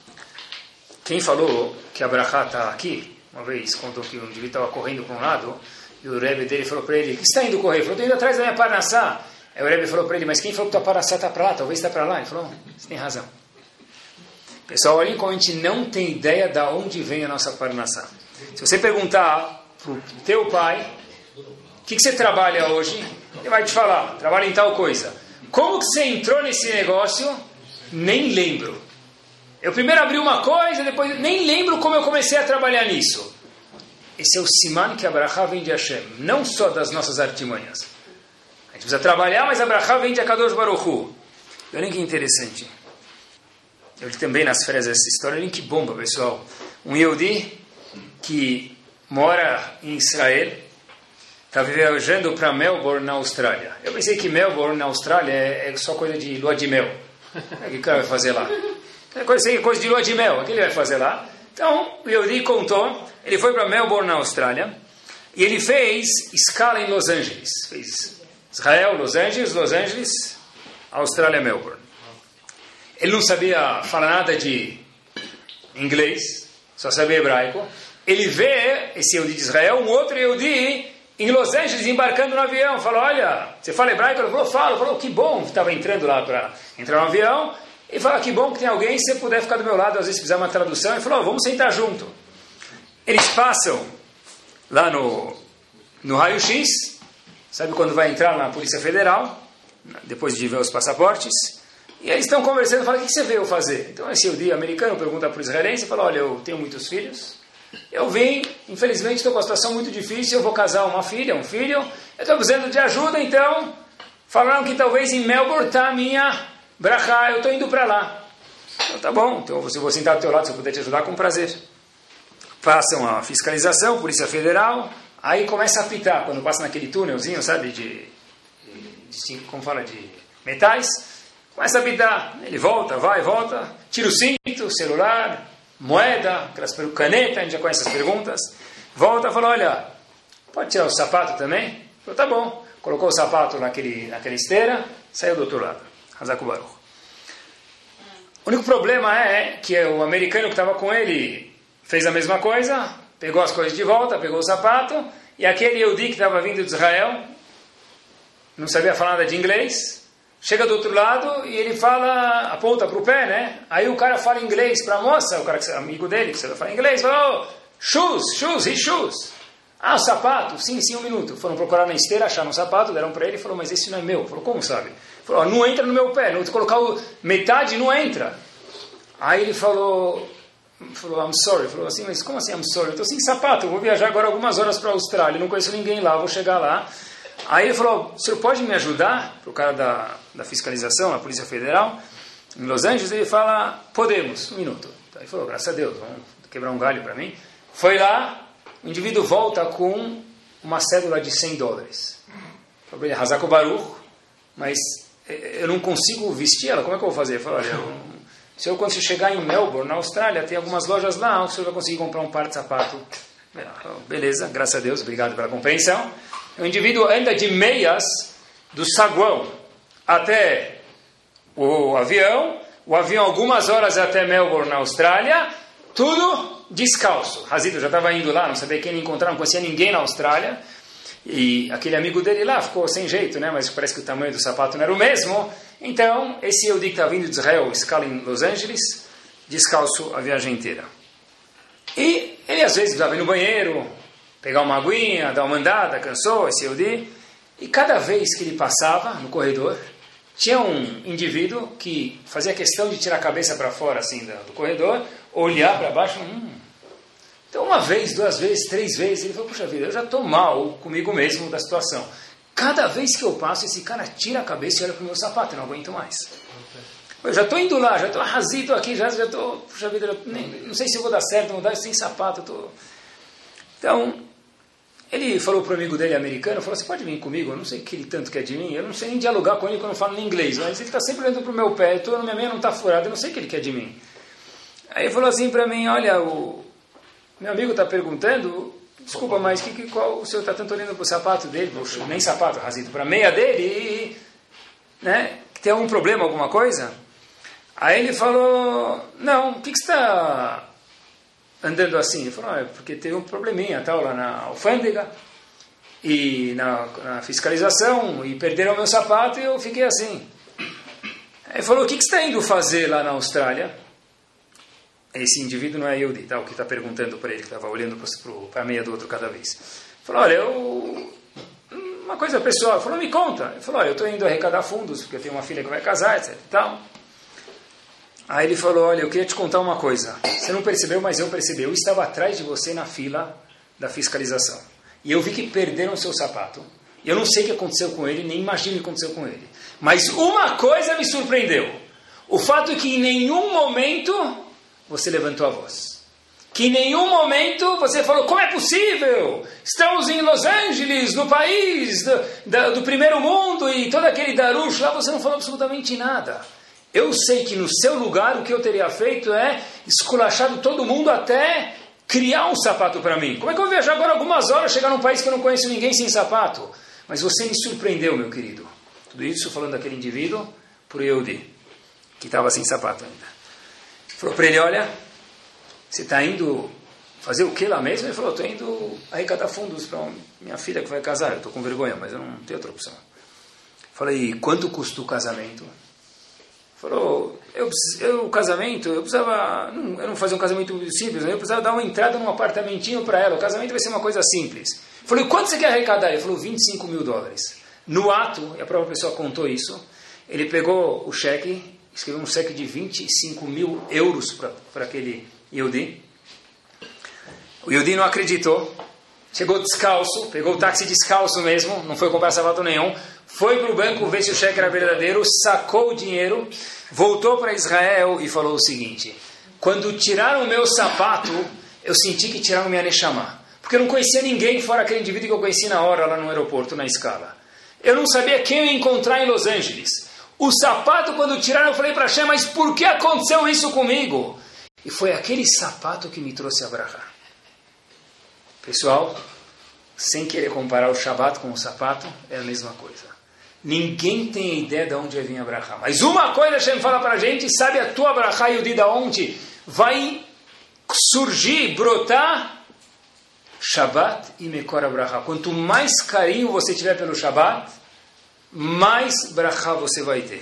Quem falou que a brachá está aqui, uma vez contou que um indivíduo estava correndo para um lado, e o Rebbe dele falou para ele, o que você está indo correr? Ele falou, estou indo atrás da minha Parnassá. Aí o Rebbe falou para ele, mas quem falou que tua Parnassá está para lá? Talvez está para lá. Ele falou, você tem razão. Pessoal, olhem como a gente não tem ideia de onde vem a nossa Parnassá. Se você perguntar para o teu pai, o que você trabalha hoje? Ele vai te falar, trabalha em tal coisa. Como que você entrou nesse negócio? Nem lembro. Eu primeiro abri uma coisa, depois nem lembro como eu comecei a trabalhar nisso. Esse é o siman que a brachá vem de Hashem, não só das nossas artimanhas. A gente precisa trabalhar, mas a brachá vem de Akadosh Baruch Hu. Olhem que interessante. Eu li também nas férias essa história, olhem que bomba, pessoal. Um Yehudi que mora em Israel, está viajando para Melbourne, na Austrália. Eu pensei que Melbourne, na Austrália, é só coisa de lua de mel. O que o cara vai fazer lá? É coisa de lua de mel. O que ele vai fazer lá? Então, o Yehudi contou, ele foi para Melbourne, na Austrália, e ele fez escala em Los Angeles. Fez Israel, Los Angeles, Austrália, Melbourne. Ele não sabia falar nada de inglês, só sabia hebraico. Ele vê esse Yehudi de Israel, um outro Yehudi em Los Angeles, embarcando no avião, falou, olha, você fala hebraico? Ele falou, falo. Falou, que bom, estava entrando lá para entrar no avião, e falou, que bom que tem alguém, se você puder ficar do meu lado, às vezes precisar uma tradução, ele falou, vamos sentar junto. Eles passam lá no raio-x, sabe quando vai entrar na Polícia Federal, depois de ver os passaportes, e eles estão conversando, falam, o que você veio fazer? Então esse Yehudi americano pergunta para o israelense, fala, olha, eu tenho muitos filhos, eu vim, infelizmente estou com uma situação muito difícil, eu vou casar uma filha, um filho, eu estou precisando de ajuda, então falaram que talvez em Melbourne está a minha brachá, eu estou indo para lá. Então tá bom, então eu vou sentar do teu lado, se eu puder te ajudar, com prazer. Passam a fiscalização, Polícia Federal, aí começa a apitar, quando passa naquele túnelzinho, sabe, como fala, de metais, Começa a bidar. Ele volta, vai, volta. Tira o cinto, celular, moeda, aquelas caneta, a gente já conhece as perguntas. Volta, falou, olha, pode tirar o sapato também? Falou, tá bom. Colocou o sapato naquela esteira, saiu do outro lado. Hazak Baruch. O único problema é que o americano que estava com ele fez a mesma coisa, pegou as coisas de volta, pegou o sapato, e aquele Yehudi que estava vindo de Israel, não sabia falar nada de inglês, chega do outro lado e ele fala, aponta para o pé, né? Aí o cara fala inglês para a moça, o cara que é amigo dele, que fala inglês, falou, oh, shoes, his shoes. Ah, o sapato? Sim, 1 minuto. Foram procurar na esteira, acharam um sapato, deram para ele e falou, mas esse não é meu. Falou, como sabe? Falou, não entra no meu pé, não colocar metade, não entra. Aí ele falou, I'm sorry. Falou assim, mas como assim I'm sorry? Eu estou sem sapato, eu vou viajar agora algumas horas para a Austrália, não conheço ninguém lá, vou chegar lá. Aí ele falou, o senhor pode me ajudar? Para o cara da fiscalização, da Polícia Federal, em Los Angeles, ele fala, podemos, 1 minuto. Aí ele falou, graças a Deus, vamos quebrar um galho para mim. Foi lá, o indivíduo volta com uma cédula de $100. Falei para ele, Hazak Baruch, mas eu não consigo vestir ela, como é que eu vou fazer? Ele falou, olha, quando você chegar em Melbourne, na Austrália, tem algumas lojas lá, o senhor vai conseguir comprar um par de sapato. Beleza, graças a Deus, obrigado pela compreensão. O indivíduo anda de meias do saguão até o avião algumas horas até Melbourne, na Austrália, tudo descalço. Razito já estava indo lá, não sabia quem encontrar, não conhecia ninguém na Austrália. E aquele amigo dele lá ficou sem jeito, né? Mas parece que o tamanho do sapato não era o mesmo. Então, esse Yehudi que está vindo de Israel, escala em Los Angeles, descalço a viagem inteira. E ele às vezes precisava ir no banheiro, pegar uma aguinha, dar uma andada, cansou, esse Yehudi. E cada vez que ele passava no corredor, tinha um indivíduo que fazia questão de tirar a cabeça para fora assim do corredor, olhar para baixo. Então, 1 vez, 2 vezes, 3 vezes, ele falou, puxa vida, eu já estou mal comigo mesmo da situação. Cada vez que eu passo, esse cara tira a cabeça e olha para o meu sapato, eu não aguento mais. Eu já estou indo lá, já estou arrasado aqui, já estou, puxa vida, não sei se eu vou dar certo, não vou dar sem sapato. Então, ele falou para o amigo dele americano, falou, você pode vir comigo? Eu não sei o que ele tanto quer de mim, eu não sei nem dialogar com ele quando eu falo em inglês, mas ele está sempre olhando para o meu pé, minha meia não está furada, eu não sei o que ele quer de mim. Aí ele falou assim para mim, olha, meu amigo está perguntando, desculpa, mas qual o senhor está tanto olhando para o sapato dele, nem sapato, Razito, para a meia dele, né, tem algum problema, alguma coisa? Aí ele falou, não, o que você está andando assim? Ele falou, porque teve um probleminha tal, lá na alfândega, e na fiscalização, e perderam o meu sapato e eu fiquei assim. Aí ele falou, o que você está indo fazer lá na Austrália? Esse indivíduo não é Yehudi, tá? O que está perguntando para ele, que estava olhando para a meia do outro cada vez. Falou, olha, uma coisa pessoal. Ele falou, me conta. Ele falou, olha, eu estou indo arrecadar fundos, porque eu tenho uma filha que vai casar, etc. Então, aí ele falou, olha, eu queria te contar uma coisa. Você não percebeu, mas eu percebi. Eu estava atrás de você na fila da fiscalização. E eu vi que perderam o seu sapato. E eu não sei o que aconteceu com ele, nem imagino o que aconteceu com ele. Mas uma coisa me surpreendeu. O fato é que em nenhum momento você levantou a voz. Que em nenhum momento você falou, como é possível? Estamos em Los Angeles, no país do primeiro mundo, e todo aquele darush lá, você não falou absolutamente nada. Eu sei que no seu lugar o que eu teria feito é esculachado todo mundo até criar um sapato para mim. Como é que eu vou viajar agora algumas horas, chegar num país que eu não conheço ninguém sem sapato? Mas você me surpreendeu, meu querido. Tudo isso falando daquele indivíduo por Yehudi, que estava sem sapato ainda. Falou para ele, olha, você está indo fazer o que lá mesmo? Ele falou, estou indo arrecadar fundos para minha filha que vai casar. Eu estou com vergonha, mas eu não tenho outra opção. Falei, quanto custa o casamento? Falou, o casamento, eu não fazer um casamento simples, eu precisava dar uma entrada num apartamentinho para ela, o casamento vai ser uma coisa simples. Falei, quanto você quer arrecadar? Ele falou, $25 mil. No ato, e a própria pessoa contou isso, ele pegou o cheque, escreveu um cheque de 25 mil euros para aquele Yehudi. O Yehudi não acreditou, chegou descalço, pegou o táxi descalço mesmo, não foi comprar sapato nenhum, foi para o banco ver se o cheque era verdadeiro, sacou o dinheiro, voltou para Israel e falou o seguinte, quando tiraram o meu sapato, eu senti que tiraram minha neshama, porque eu não conhecia ninguém fora aquele indivíduo que eu conheci na hora lá no aeroporto, na escala. Eu não sabia quem eu ia encontrar em Los Angeles. O sapato, quando tiraram, eu falei para Hashem, mas por que aconteceu isso comigo? E foi aquele sapato que me trouxe a brachá. Pessoal, sem querer comparar o Shabat com o sapato, é a mesma coisa. Ninguém tem ideia de onde vai vir a brachá. Mas uma coisa Hashem fala para a gente, sabe a tua brachá e o dia de onde vai surgir, brotar? Shabat e Mekor HaBracha. Quanto mais carinho você tiver pelo Shabat, mais brachá você vai ter.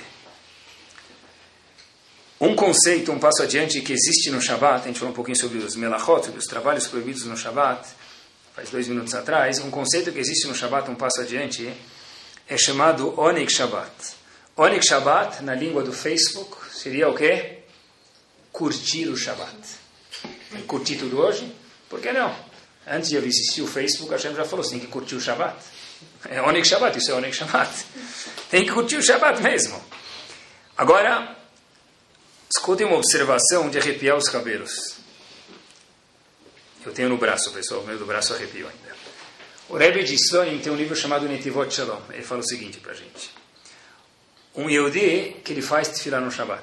Um conceito, um passo adiante que existe no Shabat, a gente falou um pouquinho sobre os melachot, sobre os trabalhos proibidos no Shabat, faz 2 minutos atrás, um conceito que existe no Shabat, um passo adiante, é chamado Oneg Shabat. Oneg Shabat, na língua do Facebook, seria o quê? Curtir o Shabat. Curtir tudo hoje? Por que não? Antes de existir o Facebook, a Hashem já falou, você tem que curtir o Shabat. É Oneg Shabat, isso é Oneg Shabat. Tem que curtir o Shabat mesmo. Agora, escutem uma observação de arrepiar os cabelos. Eu tenho no braço, pessoal, o meu do braço arrepio ainda. O Rebbe de Slonim tem um livro chamado Netivot Shalom. Ele fala o seguinte para a gente. Um Yehudi que ele faz tefilá no Shabat.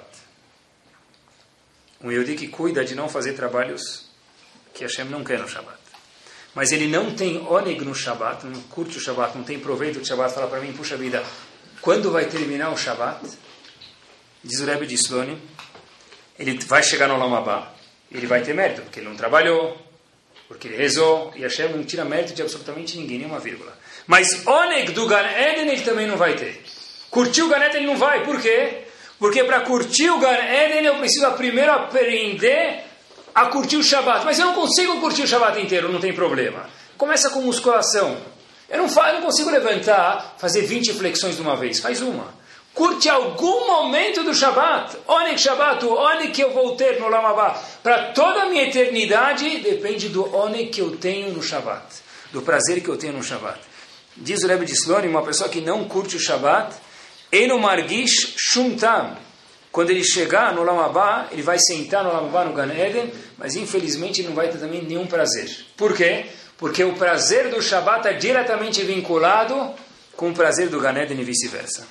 Um Yehudi que cuida de não fazer trabalhos que Hashem não quer no Shabat. Mas ele não tem oneg no Shabat, não curte o Shabat, não tem proveito do Shabat, fala para mim, puxa vida, quando vai terminar o Shabat? Diz o Rebbe de Slonim, ele vai chegar no Olam Haba, ele vai ter mérito, porque ele não trabalhou, porque ele rezou, e Hashem não tira mérito de absolutamente ninguém, nenhuma vírgula. Mas oneg do Gan Eden ele também não vai ter. Curtir o Gan Eden ele não vai, por quê? Porque para curtir o Gan Eden eu preciso primeiro aprender a curtir o Shabat. Mas eu não consigo curtir o Shabat inteiro, não tem problema. Começa com musculação. Eu não consigo levantar, fazer 20 flexões de uma vez. Faz uma. Curte algum momento do Shabat. Oneg Shabat, o oneg que eu vou ter no Olam Haba. Para toda a minha eternidade, depende do oneg que eu tenho no Shabat. Do prazer que eu tenho no Shabat. Diz o Rebbe de Slonim, uma pessoa que não curte o Shabat, Eino Margish Shum Tam. Quando ele chegar no Olam Haba, ele vai sentar no Olam Haba, no Gan Eden, mas infelizmente ele não vai ter também nenhum prazer. Por quê? Porque o prazer do Shabat é diretamente vinculado com o prazer do Gan Eden e vice-versa.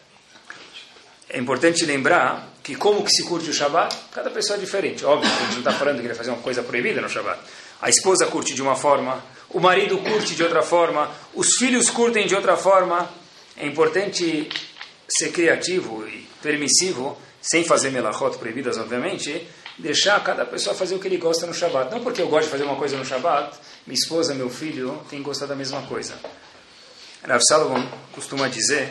É importante lembrar que como que se curte o Shabat, cada pessoa é diferente. Óbvio, a gente não está falando que ele vai fazer uma coisa proibida no Shabat. A esposa curte de uma forma, o marido curte de outra forma, os filhos curtem de outra forma. É importante ser criativo e permissivo, sem fazer melachot proibidas, obviamente, deixar cada pessoa fazer o que ele gosta no Shabat. Não porque eu gosto de fazer uma coisa no Shabat, minha esposa, meu filho, tem que gostar da mesma coisa. Rav Salomon costuma dizer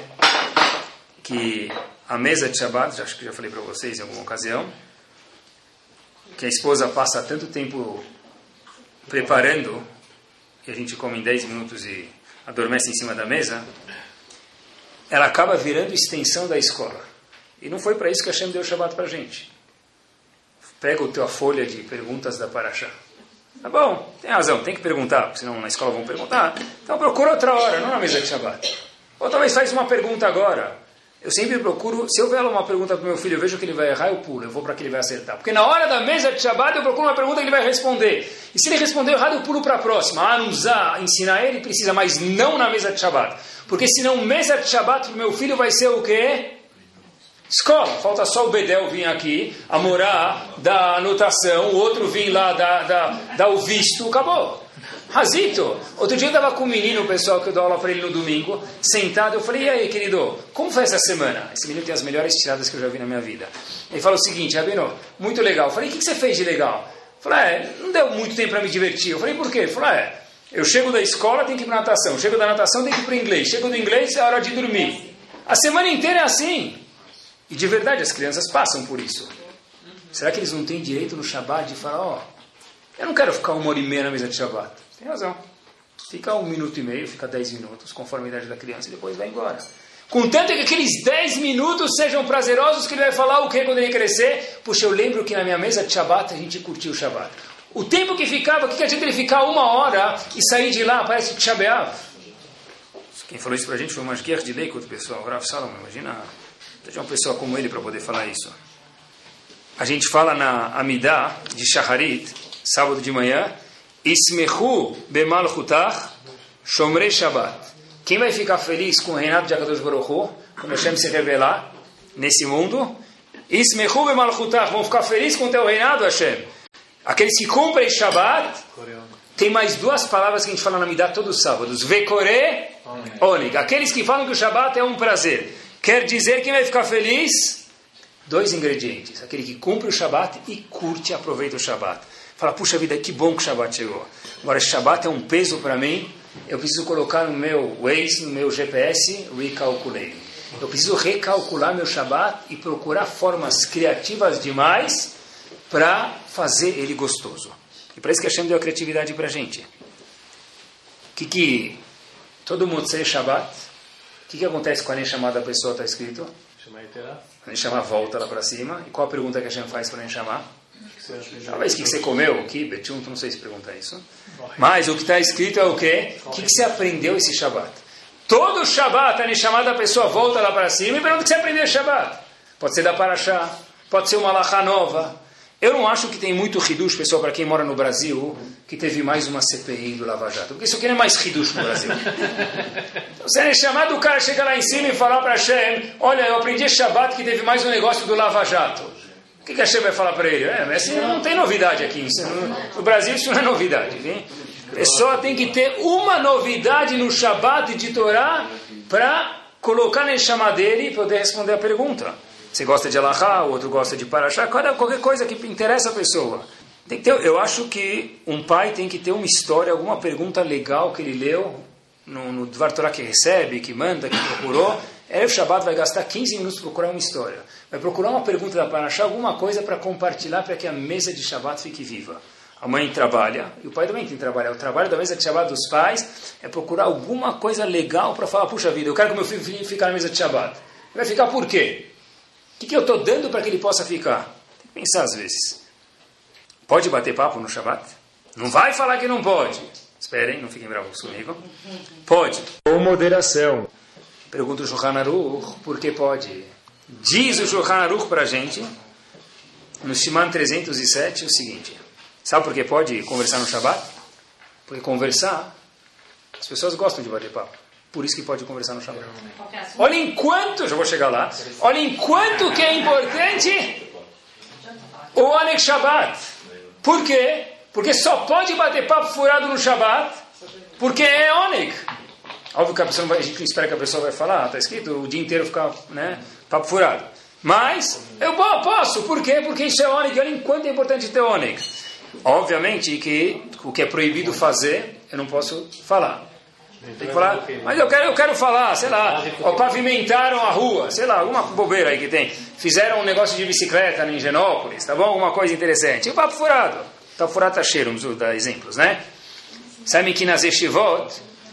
que a mesa de Shabat, acho que já falei para vocês em alguma ocasião, que a esposa passa tanto tempo preparando, e a gente come em 10 minutos e adormece em cima da mesa, ela acaba virando extensão da escola. E não foi para isso que Hashem deu o Shabat para a gente. Pega a tua folha de perguntas da Parashá. Tá bom, tem razão, tem que perguntar, porque senão na escola vão perguntar. Então procura outra hora, não na mesa de Shabat. Ou talvez faz uma pergunta agora. Eu sempre procuro, se eu ver uma pergunta para o meu filho, eu vejo que ele vai errar, eu pulo, eu vou para que ele vai acertar. Porque na hora da mesa de Shabat eu procuro uma pergunta que ele vai responder. E se ele responder errado, eu pulo para a próxima. Não precisa ensinar ele, precisa, mas não na mesa de Shabat. Porque senão mesa de Shabat para o meu filho vai ser o quê? Escola. Falta só o Bedel vir aqui, a morar, dar anotação, o outro vir lá, dar o visto, acabou. Razito. Outro dia eu estava com um menino, o pessoal que eu dou aula para ele no domingo, sentado, eu falei, e aí, querido, como foi essa semana? Esse menino tem as melhores tiradas que eu já vi na minha vida. Ele falou o seguinte, Rabino, muito legal. Eu falei, o que você fez de legal? Ele falou, não deu muito tempo para me divertir. Eu falei, por quê? Ele falou, eu chego da escola, tenho que ir para natação. Chego da natação, tenho que ir para o inglês. Chego do inglês, é hora de dormir. A semana inteira é assim. E de verdade, as crianças passam por isso. Será que eles não têm direito no Shabat de falar, eu não quero ficar 1h30 na mesa de Shabat. Tem razão. Fica 1 minuto e meio, fica 10 minutos, conforme a idade da criança, e depois vai embora. Contanto que aqueles 10 minutos sejam prazerosos, que ele vai falar o que quando ele crescer. Puxa, eu lembro que na minha mesa de Shabat a gente curtiu o Shabat. O tempo que ficava, o que adianta ele ficar 1 hora e sair de lá, parece que Shabeav. Quem falou isso pra gente foi o Mashgiach de Leikut, pessoal, o Rav Salomon. Imagina, ter uma pessoa como ele para poder falar isso. A gente fala na Amidah de Shacharit, sábado de manhã, Ismechu bemalchutach shomrei Shabbat. Quem vai ficar feliz com o reinado de Akadosh Baruch Hu, quando Hashem se revelar? nesse mundo. Ismechu bemalchutach, vão ficar felizes com o teu reinado, Hashem. Aqueles que cumprem Shabbat, tem mais duas palavras que a gente fala na Midah todos os sábados. Vekore, onig. Aqueles que falam que o Shabbat é um prazer. Quer dizer quem vai ficar feliz? Dois ingredientes. Aquele que cumpre o Shabbat e curte e aproveita o Shabbat. Fala, puxa vida, que bom que o Shabbat chegou. Agora, Shabbat é um peso para mim. Eu preciso colocar no meu Waze, no meu GPS, recalculate. Eu preciso recalcular meu Shabbat e procurar formas criativas demais para fazer ele gostoso. E para isso que Hashem deu a criatividade para a gente. Todo mundo sei Shabbat. O que acontece com a Neshama da pessoa? Está escrito? A Neshama volta lá para cima. E qual a pergunta que a Hashem faz para a Neshama? Talvez o que você comeu, o que? Betum, não sei se pergunta isso. Mas o que está escrito é o quê? O que você aprendeu esse Shabbat? Todo Shabbat, a Neshama da pessoa volta lá para cima e pergunta o que você aprendeu esse Shabbat. Pode ser da Parashá, pode ser uma alahá nova. Eu não acho que tem muito hidush, pessoal, para quem mora no Brasil, que teve mais uma CPI do Lava Jato. Porque isso aqui não é mais hidush no Brasil. Então, você é chamado, o cara chega lá em cima e falar para Hashem, olha, eu aprendi Shabbat que teve mais um negócio do Lava Jato. O que Hashem vai falar para ele? Mas assim, não tem novidade aqui. No Brasil isso não é novidade. Hein? A pessoa tem que ter uma novidade no Shabbat de Torá para colocar na Neshama dele e poder responder a pergunta. Você gosta de alahá, o outro gosta de parashá, qualquer coisa que interessa a pessoa. Tem que ter, eu acho que um pai tem que ter uma história, alguma pergunta legal que ele leu no Dvar Torá que recebe, que manda, que procurou. O Shabbat vai gastar 15 minutos para procurar uma história. Vai procurar uma pergunta da parashá, alguma coisa para compartilhar para que a mesa de Shabbat fique viva. A mãe trabalha, e o pai também tem que trabalhar. O trabalho da mesa de Shabbat dos pais é procurar alguma coisa legal para falar, puxa vida, eu quero que meu filho fique na mesa de Shabbat. Ele vai ficar por quê? O que eu estou dando para que ele possa ficar? Tem que pensar às vezes. Pode bater papo no Shabbat? Não vai falar que não pode. Esperem, não fiquem bravos comigo. Pode. Com moderação. Pergunta o Shulchan Aruch, por que pode? Diz o Shulchan Aruch para a gente, no Siman 307, o seguinte. Sabe por que pode conversar no Shabbat? Porque conversar, as pessoas gostam de bater papo. Por isso que pode conversar no Shabbat. Olha enquanto, já vou chegar lá, olha enquanto que é importante o Oneg Shabbat. Por quê? Porque só pode bater papo furado no Shabbat, porque é Oneg. Óbvio que a gente não espera que a pessoa vai falar, está escrito o dia inteiro ficar, papo furado. Mas eu posso, por quê? Porque isso é Oneg, olha enquanto é importante ter Oneg. Obviamente que o que é proibido fazer, eu não posso falar. Tem que falar, mas eu quero falar, sei lá, pavimentaram a rua, sei lá, alguma bobeira aí que tem. Fizeram um negócio de bicicleta em Higienópolis, tá bom? Alguma coisa interessante. E o papo furado. Papo furado tá cheiro, vamos dar exemplos, né? Sabem que nas Yeshivot,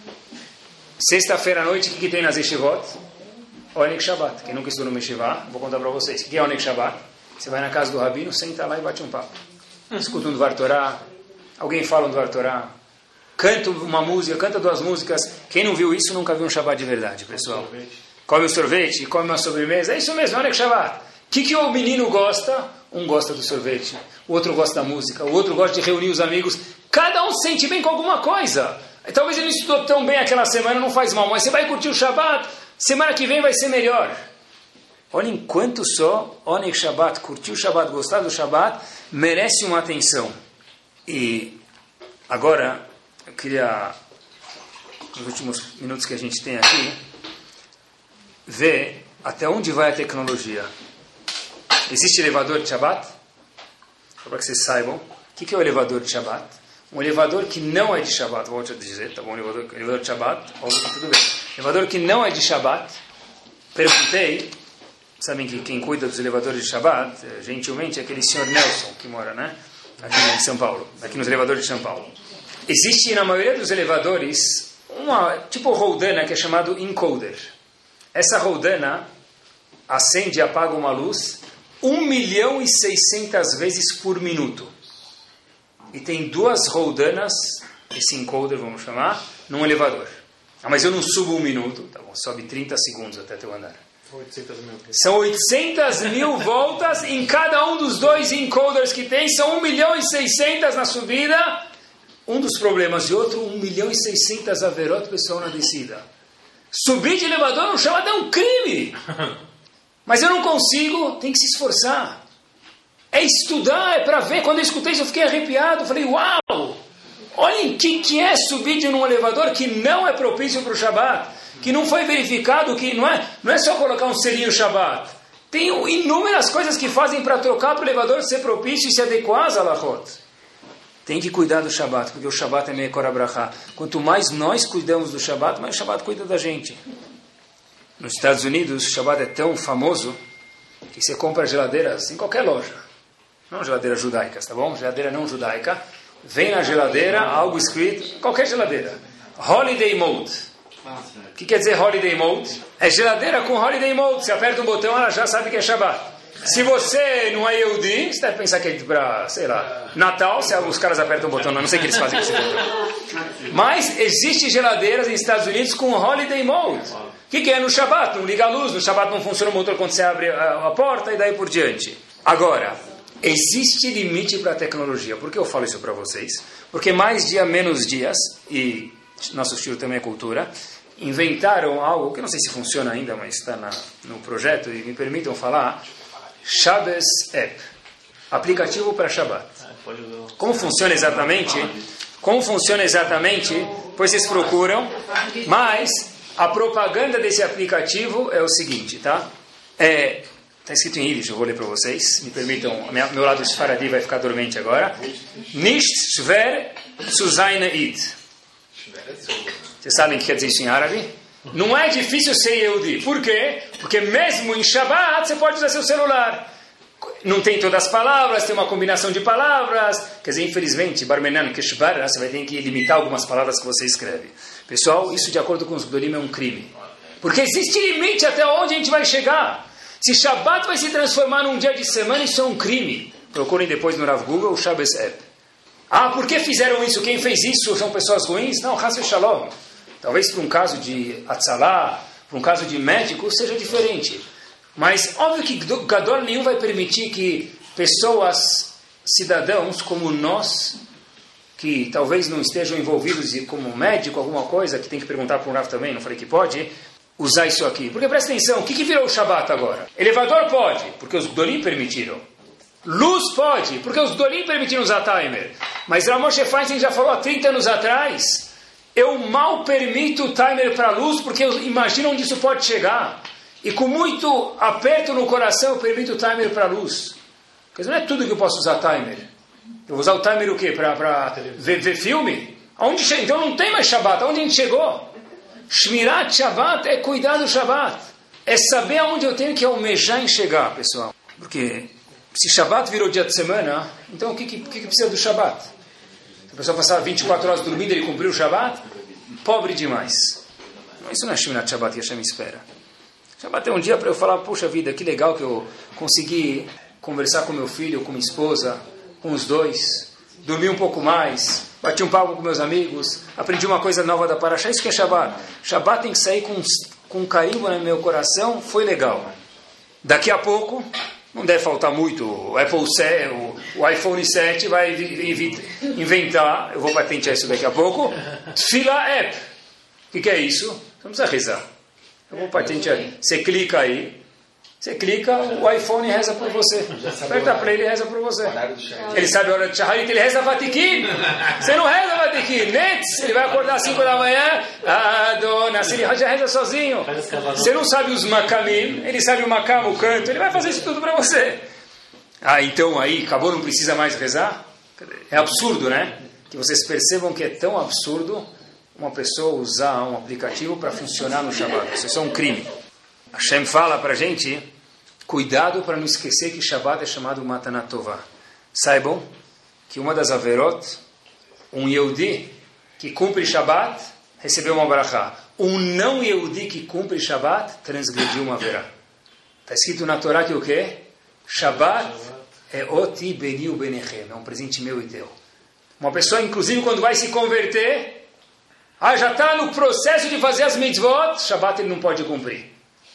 sexta-feira à noite, o que tem nas Yeshivot? Oneg Shabbat. Quem nunca estudou no Yeshivá, vou contar para vocês. O que é Oneg Shabbat? Você vai na casa do Rabino, senta lá e bate um papo. Escuta um Dvar Torá, alguém fala um Dvar Torá, canta uma música, canta duas músicas. Quem não viu isso nunca viu um Shabbat de verdade, pessoal. Come o sorvete, come uma sobremesa, é isso mesmo, olha que Shabbat. O que o menino gosta? Um gosta do sorvete, o outro gosta da música, o outro gosta de reunir os amigos. Cada um se sente bem com alguma coisa. Talvez ele não estudou tão bem aquela semana, não faz mal, mas você vai curtir o Shabbat, semana que vem vai ser melhor. Olha, enquanto só Oneg Shabbat, curtir o Shabbat, gostar do Shabbat, merece uma atenção. E agora, eu queria, nos últimos minutos que a gente tem aqui, ver até onde vai a tecnologia. Existe elevador de Shabbat? Só para que vocês saibam. O que é o elevador de Shabbat? Um elevador que não é de Shabbat, vou te dizer, tá bom? Elevador de Shabbat, tudo bem. Elevador que não é de Shabbat. Perguntei, sabem que quem cuida dos elevadores de Shabbat, gentilmente, é aquele senhor Nelson, que mora, né? Aqui em São Paulo, aqui nos elevadores de São Paulo. Existe na maioria dos elevadores uma tipo roldana que é chamado encoder. Essa roldana acende e apaga uma luz 1.600.000 vezes por minuto. E tem duas roldanas, esse encoder vamos chamar, num elevador. Mas eu não subo 1 minuto, tá bom, sobe 30 segundos até teu andar. 800 mil. São 800.000 voltas em cada um dos dois encoders que tem, são 1.600.000 na subida, um dos problemas, e outro 1.600.000 averot, pessoal, na descida. Subir de elevador não chama de um crime. Mas eu não consigo, tem que se esforçar. É estudar, é para ver. Quando eu escutei isso, eu fiquei arrepiado. Falei, uau! Olhem o que é subir de um elevador que não é propício para o Shabbat. Que não foi verificado, que não é só colocar um selinho Shabbat. Tem inúmeras coisas que fazem para trocar para o elevador ser propício e se adequar às halachot. Tem que cuidar do Shabbat, porque o Shabbat é Mekor HaBrachá. Quanto mais nós cuidamos do Shabbat, mais o Shabbat cuida da gente. Nos Estados Unidos, o Shabbat é tão famoso que você compra geladeiras em qualquer loja. Não geladeiras judaicas, tá bom? Geladeira não judaica. Vem na geladeira, algo escrito, qualquer geladeira. Holiday Mode. O que quer dizer Holiday Mode? É geladeira com Holiday Mode. Você aperta um botão, ela já sabe que é Shabbat. Se você não é Yehudi, você deve pensar que é para, sei lá, Natal, se os caras apertam o botão, não sei o que eles fazem com esse botão. Mas existe geladeiras nos Estados Unidos com Holiday Mode. O que é no Shabbat? Não liga a luz, no Shabbat não funciona o motor quando você abre a porta e daí por diante. Agora, existe limite para a tecnologia. Por que eu falo isso para vocês? Porque mais dia, menos dias, e nosso estilo também é cultura, inventaram algo que não sei se funciona ainda, mas está no projeto, e me permitam falar, Shabbos App, aplicativo para Shabbat. Como funciona exatamente? Pois vocês procuram, mas a propaganda desse aplicativo é o seguinte, tá? Está escrito em Yiddish, eu vou ler para vocês. Me permitam, meu lado esfaradi vai ficar dormente agora. Nicht schwer zu sein Eid. Vocês sabem o que quer dizer isso em árabe? Não é difícil ser Yehudi. Por quê? Porque mesmo em Shabbat você pode usar seu celular. Não tem todas as palavras, tem uma combinação de palavras. Quer dizer, infelizmente, Barmenan Keshbar, você vai ter que limitar algumas palavras que você escreve. Pessoal, isso de acordo com os Gdolim é um crime. Porque existe limite até onde a gente vai chegar. Se Shabbat vai se transformar num dia de semana, isso é um crime. Procurem depois no Rav Google o Shabbos App. Por que fizeram isso? Quem fez isso são pessoas ruins? Não, Chas v'Shalom. Talvez para um caso de Atzalá, para um caso de médico, seja diferente. Mas óbvio que Gadol nenhum vai permitir que pessoas, cidadãos como nós, que talvez não estejam envolvidos como médico, alguma coisa, que tem que perguntar para um Rav também, não falei que pode, usar isso aqui. Porque presta atenção, o que virou o Shabbat agora? Elevador pode, porque os Gdolim permitiram. Luz pode, porque os Gdolim permitiram usar timer. Mas Rav Moshe Feinstein já falou há 30 anos atrás, eu mal permito o timer para luz, porque eu imagino onde isso pode chegar. E com muito aperto no coração eu permito o timer para luz. Quer dizer, não é tudo que eu posso usar timer. Eu vou usar o timer o quê? Para ver filme? Então não tem mais Shabbat. Aonde a gente chegou? Shmirat Shabbat é cuidar do Shabbat. É saber aonde eu tenho que almejar em chegar, pessoal. Porque se Shabbat virou dia de semana, então o que precisa do Shabbat? Se a pessoa passar 24 horas dormindo e ele cumpriu o Shabbat, pobre demais. Isso não é Shmirat Shabbat que Hashem espera. Shabbat é um dia para eu falar, puxa vida, que legal que eu consegui conversar com meu filho, com minha esposa, com os dois, dormir um pouco mais, bati um papo com meus amigos, aprendi uma coisa nova da Parashá. Isso que é Shabbat. Shabbat tem que sair com carimbo no meu coração, foi legal. Daqui a pouco, não deve faltar muito, o Apple 7, o iPhone 7 vai inventar, eu vou patentear isso daqui a pouco, Tefillah App. O que é isso? Você não precisa rezar. Eu vou patentear. Você clica aí, o iPhone reza por você. Aperta para ele, reza por você. Ele sabe a hora de Shaharit, ele reza Vatikin. Você não reza Vatikin. Netz, ele vai acordar às 5 da manhã. Dona, ele já reza sozinho. Você não sabe os makamim, ele sabe o makam, o canto, ele vai fazer isso tudo para você. Então aí, acabou, não precisa mais rezar? É absurdo, né? Que vocês percebam que é tão absurdo uma pessoa usar um aplicativo para funcionar no Shabbat. Isso é só um crime. Hashem fala para a gente, cuidado para não esquecer que Shabbat é chamado Matanat Tová. Saibam que uma das averot, um Yehudi que cumpre Shabbat, recebeu uma barachá. Um não Yehudi que cumpre Shabbat, transgrediu uma verá. Está escrito na Torá que o quê? Shabbat é oti beni u benechem, é um presente meu e teu. Uma pessoa, inclusive, quando vai se converter, já está no processo de fazer as mitzvot, Shabbat ele não pode cumprir.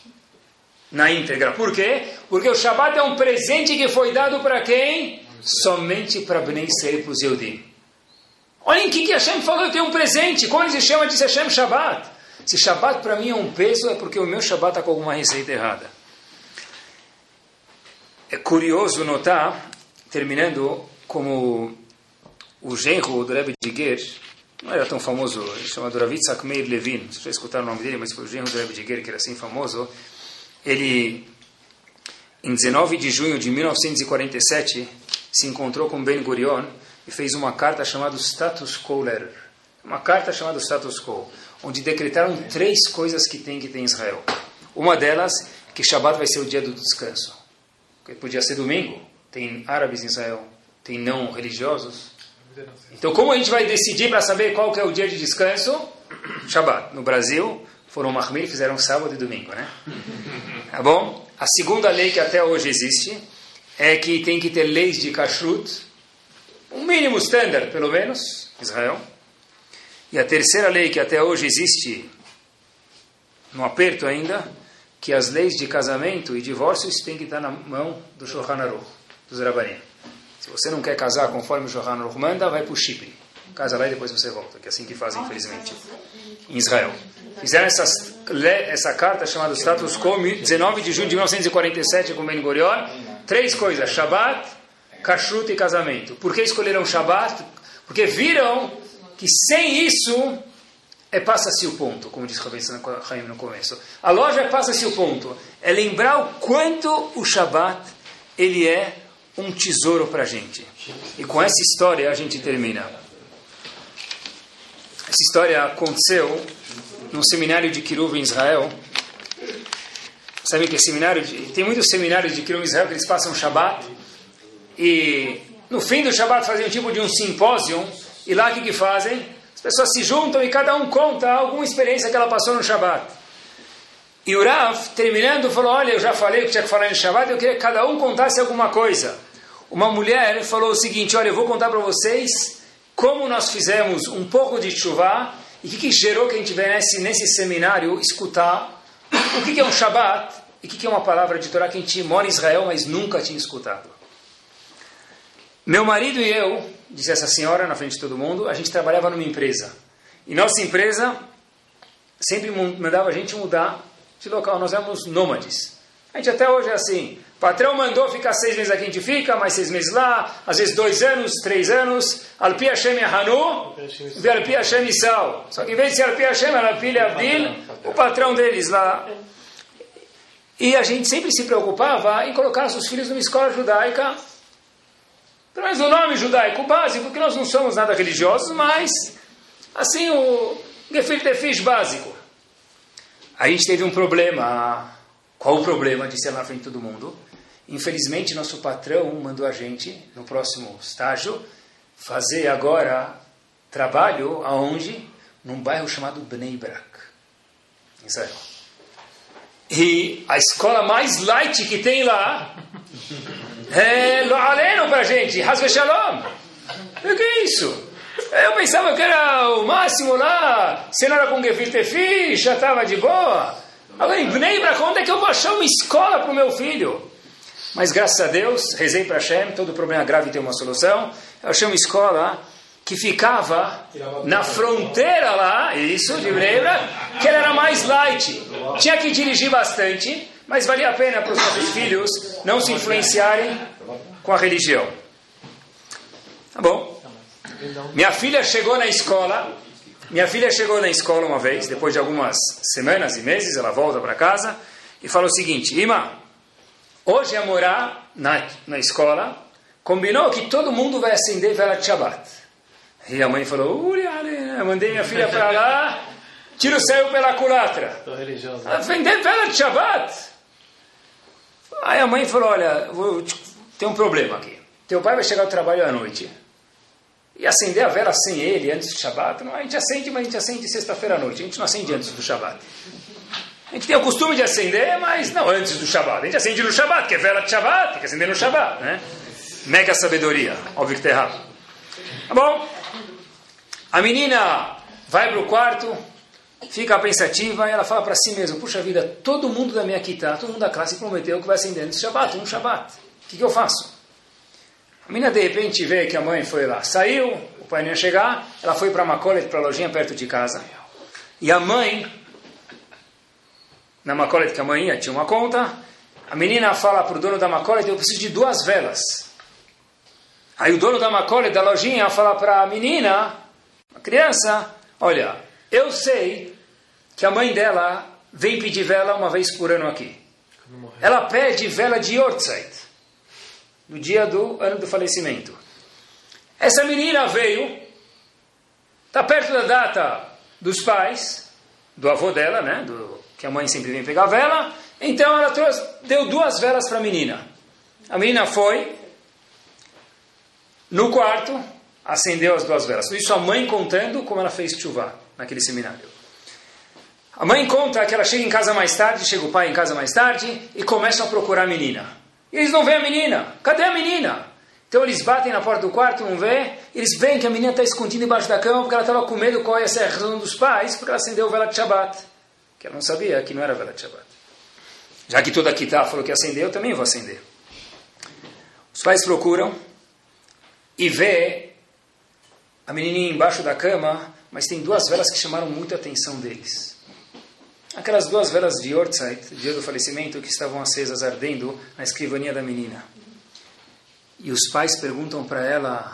Na íntegra. Por quê? Porque o Shabbat é um presente que foi dado para quem? Somente para Bnei Israel, para os Yehudim. Olhem o que Hashem falou, eu tenho um presente. Como ele se chama de Hashem Shabbat? Se Shabbat para mim é um peso, é porque o meu Shabbat está com alguma receita errada. É curioso notar, terminando, como o genro do Rebbe de Ger, não era tão famoso, ele chama Rav Yitzhak Meir Levin, vocês já escutaram o nome dele, mas foi o genro do Rebbe de Ger que era assim famoso. Ele, em 19 de junho de 1947, se encontrou com Ben Gurion e fez uma carta chamada Status Quo Letter. Uma carta chamada Status Quo, onde decretaram 3 coisas que tem que ter em Israel. Uma delas, que Shabbat vai ser o dia do descanso. Podia ser domingo, tem árabes em Israel, tem não religiosos. Então, como a gente vai decidir para saber qual que é o dia de descanso? Shabbat. No Brasil, foram Mahmir e fizeram sábado e domingo, né? Tá bom? A segunda lei que até hoje existe é que tem que ter leis de kashrut, um mínimo standard, pelo menos, Israel. E a terceira lei que até hoje existe, no aperto ainda, que as leis de casamento e divórcios têm que estar na mão do Shulchan Aruch, dos Rabanim. Se você não quer casar conforme o Shulchan Aruch manda, vai para o Chipre. Casa lá e depois você volta, que é assim que fazem, infelizmente, em Israel. Fizeram essa carta chamada Status Quo, 19 de junho de 1947, com Ben Gurion. 3 coisas, Shabbat, Kashrut e casamento. Por que escolheram Shabbat? Porque viram que sem isso passa-se o ponto, como disse Rabbi Chaim no começo. A loja passa-se o ponto. É lembrar o quanto o Shabbat ele é um tesouro para a gente. E com essa história a gente termina. Essa história aconteceu num seminário de Kiruv em Israel. Sabem que tem muitos seminários de Kiruv em Israel que eles passam Shabbat. E no fim do Shabbat fazem um tipo de um simpósio. E lá o que fazem? As pessoas se juntam e cada um conta alguma experiência que ela passou no Shabbat. E o Rav, terminando, falou, olha, eu já falei o que tinha que falar no Shabbat, eu queria que cada um contasse alguma coisa. Uma mulher falou o seguinte, olha, eu vou contar para vocês como nós fizemos um pouco de tshuva e o que gerou que a gente viesse nesse seminário escutar o que é um Shabbat e o que é uma palavra de Torá que a gente mora em Israel, mas nunca tinha escutado. Meu marido e eu, disse essa senhora na frente de todo mundo, a gente trabalhava numa empresa. E nossa empresa sempre mandava a gente mudar de local. Nós éramos nômades. A gente até hoje é assim. O patrão mandou ficar 6 meses aqui, a gente fica, mais 6 meses lá, às vezes 2 anos, 3 anos. Alpi Hashem Yahanu, e Alpi Hashem Yisau. Só que em vez de ser Alpi Hashem, era Alpi Abdil, o patrão deles lá. E a gente sempre se preocupava em colocar os filhos numa escola judaica, pelo menos o nome judaico básico, porque nós não somos nada religiosos, mas assim o gefilte fish básico. A gente teve um problema. Qual o problema? Disse ela na frente de todo mundo. Infelizmente, nosso patrão mandou a gente, no próximo estágio, fazer agora trabalho aonde? Num bairro chamado Bnei Brak, em Israel. E a escola mais light que tem lá Lo aleno pra gente, Hasbe Shalom. O que é isso? Eu pensava que era o máximo lá, se não era com gefilte fish, já estava de boa. Agora em Bnei Brak, onde é que eu vou achar uma escola para o meu filho? Mas graças a Deus, rezei para Hashem, todo problema grave tem uma solução. Eu achei uma escola que ficava na fronteira lá, isso, de Bnei Brak, que ela era mais light. Tinha que dirigir bastante, mas valia a pena para os nossos filhos não se influenciarem com a religião. Tá bom? Minha filha chegou na escola uma vez, depois de algumas semanas e meses, ela volta para casa e fala o seguinte, Ima, hoje a morar na escola, combinou que todo mundo vai acender vela de Shabbat. E a mãe falou, eu mandei minha filha para lá, tiro saiu pela culatra. Acender vela de Shabbat. Aí a mãe falou, olha, tem um problema aqui. Teu pai vai chegar ao trabalho à noite. E acender a vela sem ele, antes do Shabbat, não, a gente acende, mas a gente acende sexta-feira à noite. A gente não acende antes do Shabbat. A gente tem o costume de acender, mas não antes do Shabbat. A gente acende no Shabbat, que é vela de Shabbat, tem que acender no Shabbat, né? Mega sabedoria. Óbvio que está errado. Tá bom? A menina vai para o quarto, fica pensativa, e ela fala para si mesma, puxa vida, todo mundo da minha quitá, todo mundo da classe prometeu que vai acender antes do Shabbat, um Shabbat. O que eu faço? A menina de repente vê que a mãe foi lá, saiu, o pai não ia chegar, ela foi para Macolet, para a lojinha perto de casa. E a mãe, na Macolet que a mãe ia, tinha uma conta, A menina fala para o dono da Makkolet, eu preciso de 2 velas. Aí o dono da Makkolet, da lojinha, fala para a menina, a criança, olha, eu sei que a mãe dela vem pedir vela uma vez por ano aqui. Ela pede vela de Yortzeit, no dia do ano do falecimento. Essa menina veio, está perto da data dos pais, do avô dela, né, que a mãe sempre vem pegar vela, então ela deu 2 velas para a menina. A menina foi no quarto, acendeu as 2 velas. Isso a mãe contando como ela fez tshuva naquele seminário. A mãe conta que ela chega em casa mais tarde, chega o pai em casa mais tarde e começam a procurar a menina. E eles não veem a menina. Cadê a menina? Então eles batem na porta do quarto, não vê. Eles veem que a menina está escondida embaixo da cama porque ela estava com medo qual ia ser a razão dos pais, porque ela acendeu vela de Shabbat. Que ela não sabia que não era vela de Shabbat. Já que toda a Kitá falou que acendeu, eu também vou acender. Os pais procuram e vê a menininha embaixo da cama, mas tem 2 velas que chamaram muita atenção deles. Aquelas 2 velas de Yortzeit, dia do falecimento, que estavam acesas, ardendo na escrivaninha da menina. E os pais perguntam para ela,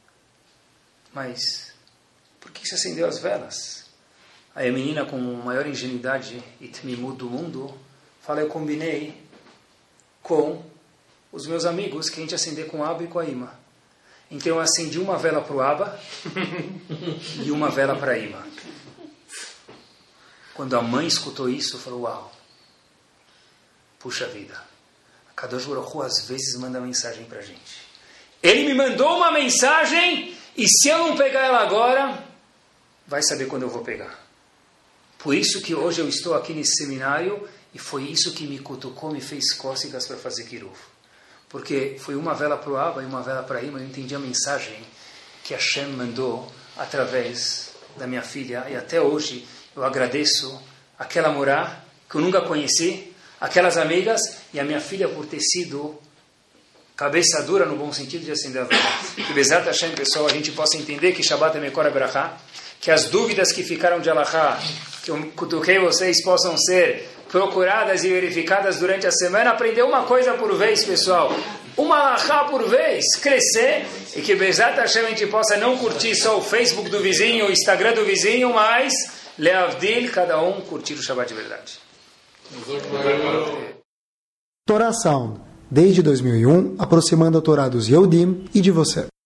mas por que você acendeu as velas? Aí a menina, com a maior ingenuidade e tmimut do mundo, fala, eu combinei com os meus amigos que a gente acender com o Abba e com a Ima. Então eu acendi uma vela para o Abba e uma vela para a Ima. Quando a mãe escutou isso, falou, uau, puxa vida, a Kadosh Baruch Hu às vezes manda mensagem para a gente. Ele me mandou uma mensagem e se eu não pegar ela agora, vai saber quando eu vou pegar. Por isso que hoje eu estou aqui nesse seminário e foi isso que me cutucou, me fez cócegas para fazer Kiruv. Porque foi uma vela para o Abba e uma vela para a Ima, eu entendi a mensagem que Hashem mandou através da minha filha e até hoje eu agradeço aquela morá que eu nunca conheci, aquelas amigas e a minha filha por ter sido cabeça dura no bom sentido de acender a vela. Que Bezat Hashem, pessoal, a gente possa entender que Shabbat é Mekor HaBerachá, que as dúvidas que ficaram de Alachá, que eu cutuquei vocês, possam ser procuradas e verificadas durante a semana. Aprender uma coisa por vez, pessoal. Uma Alachá por vez, crescer, e que Bezat Hashem a gente possa não curtir só o Facebook do vizinho, o Instagram do vizinho, mas Leavdil, cada um curtir o Shabbat de verdade. Torá Sound, desde 2001, aproximando a Torá dos Yehudim e de você.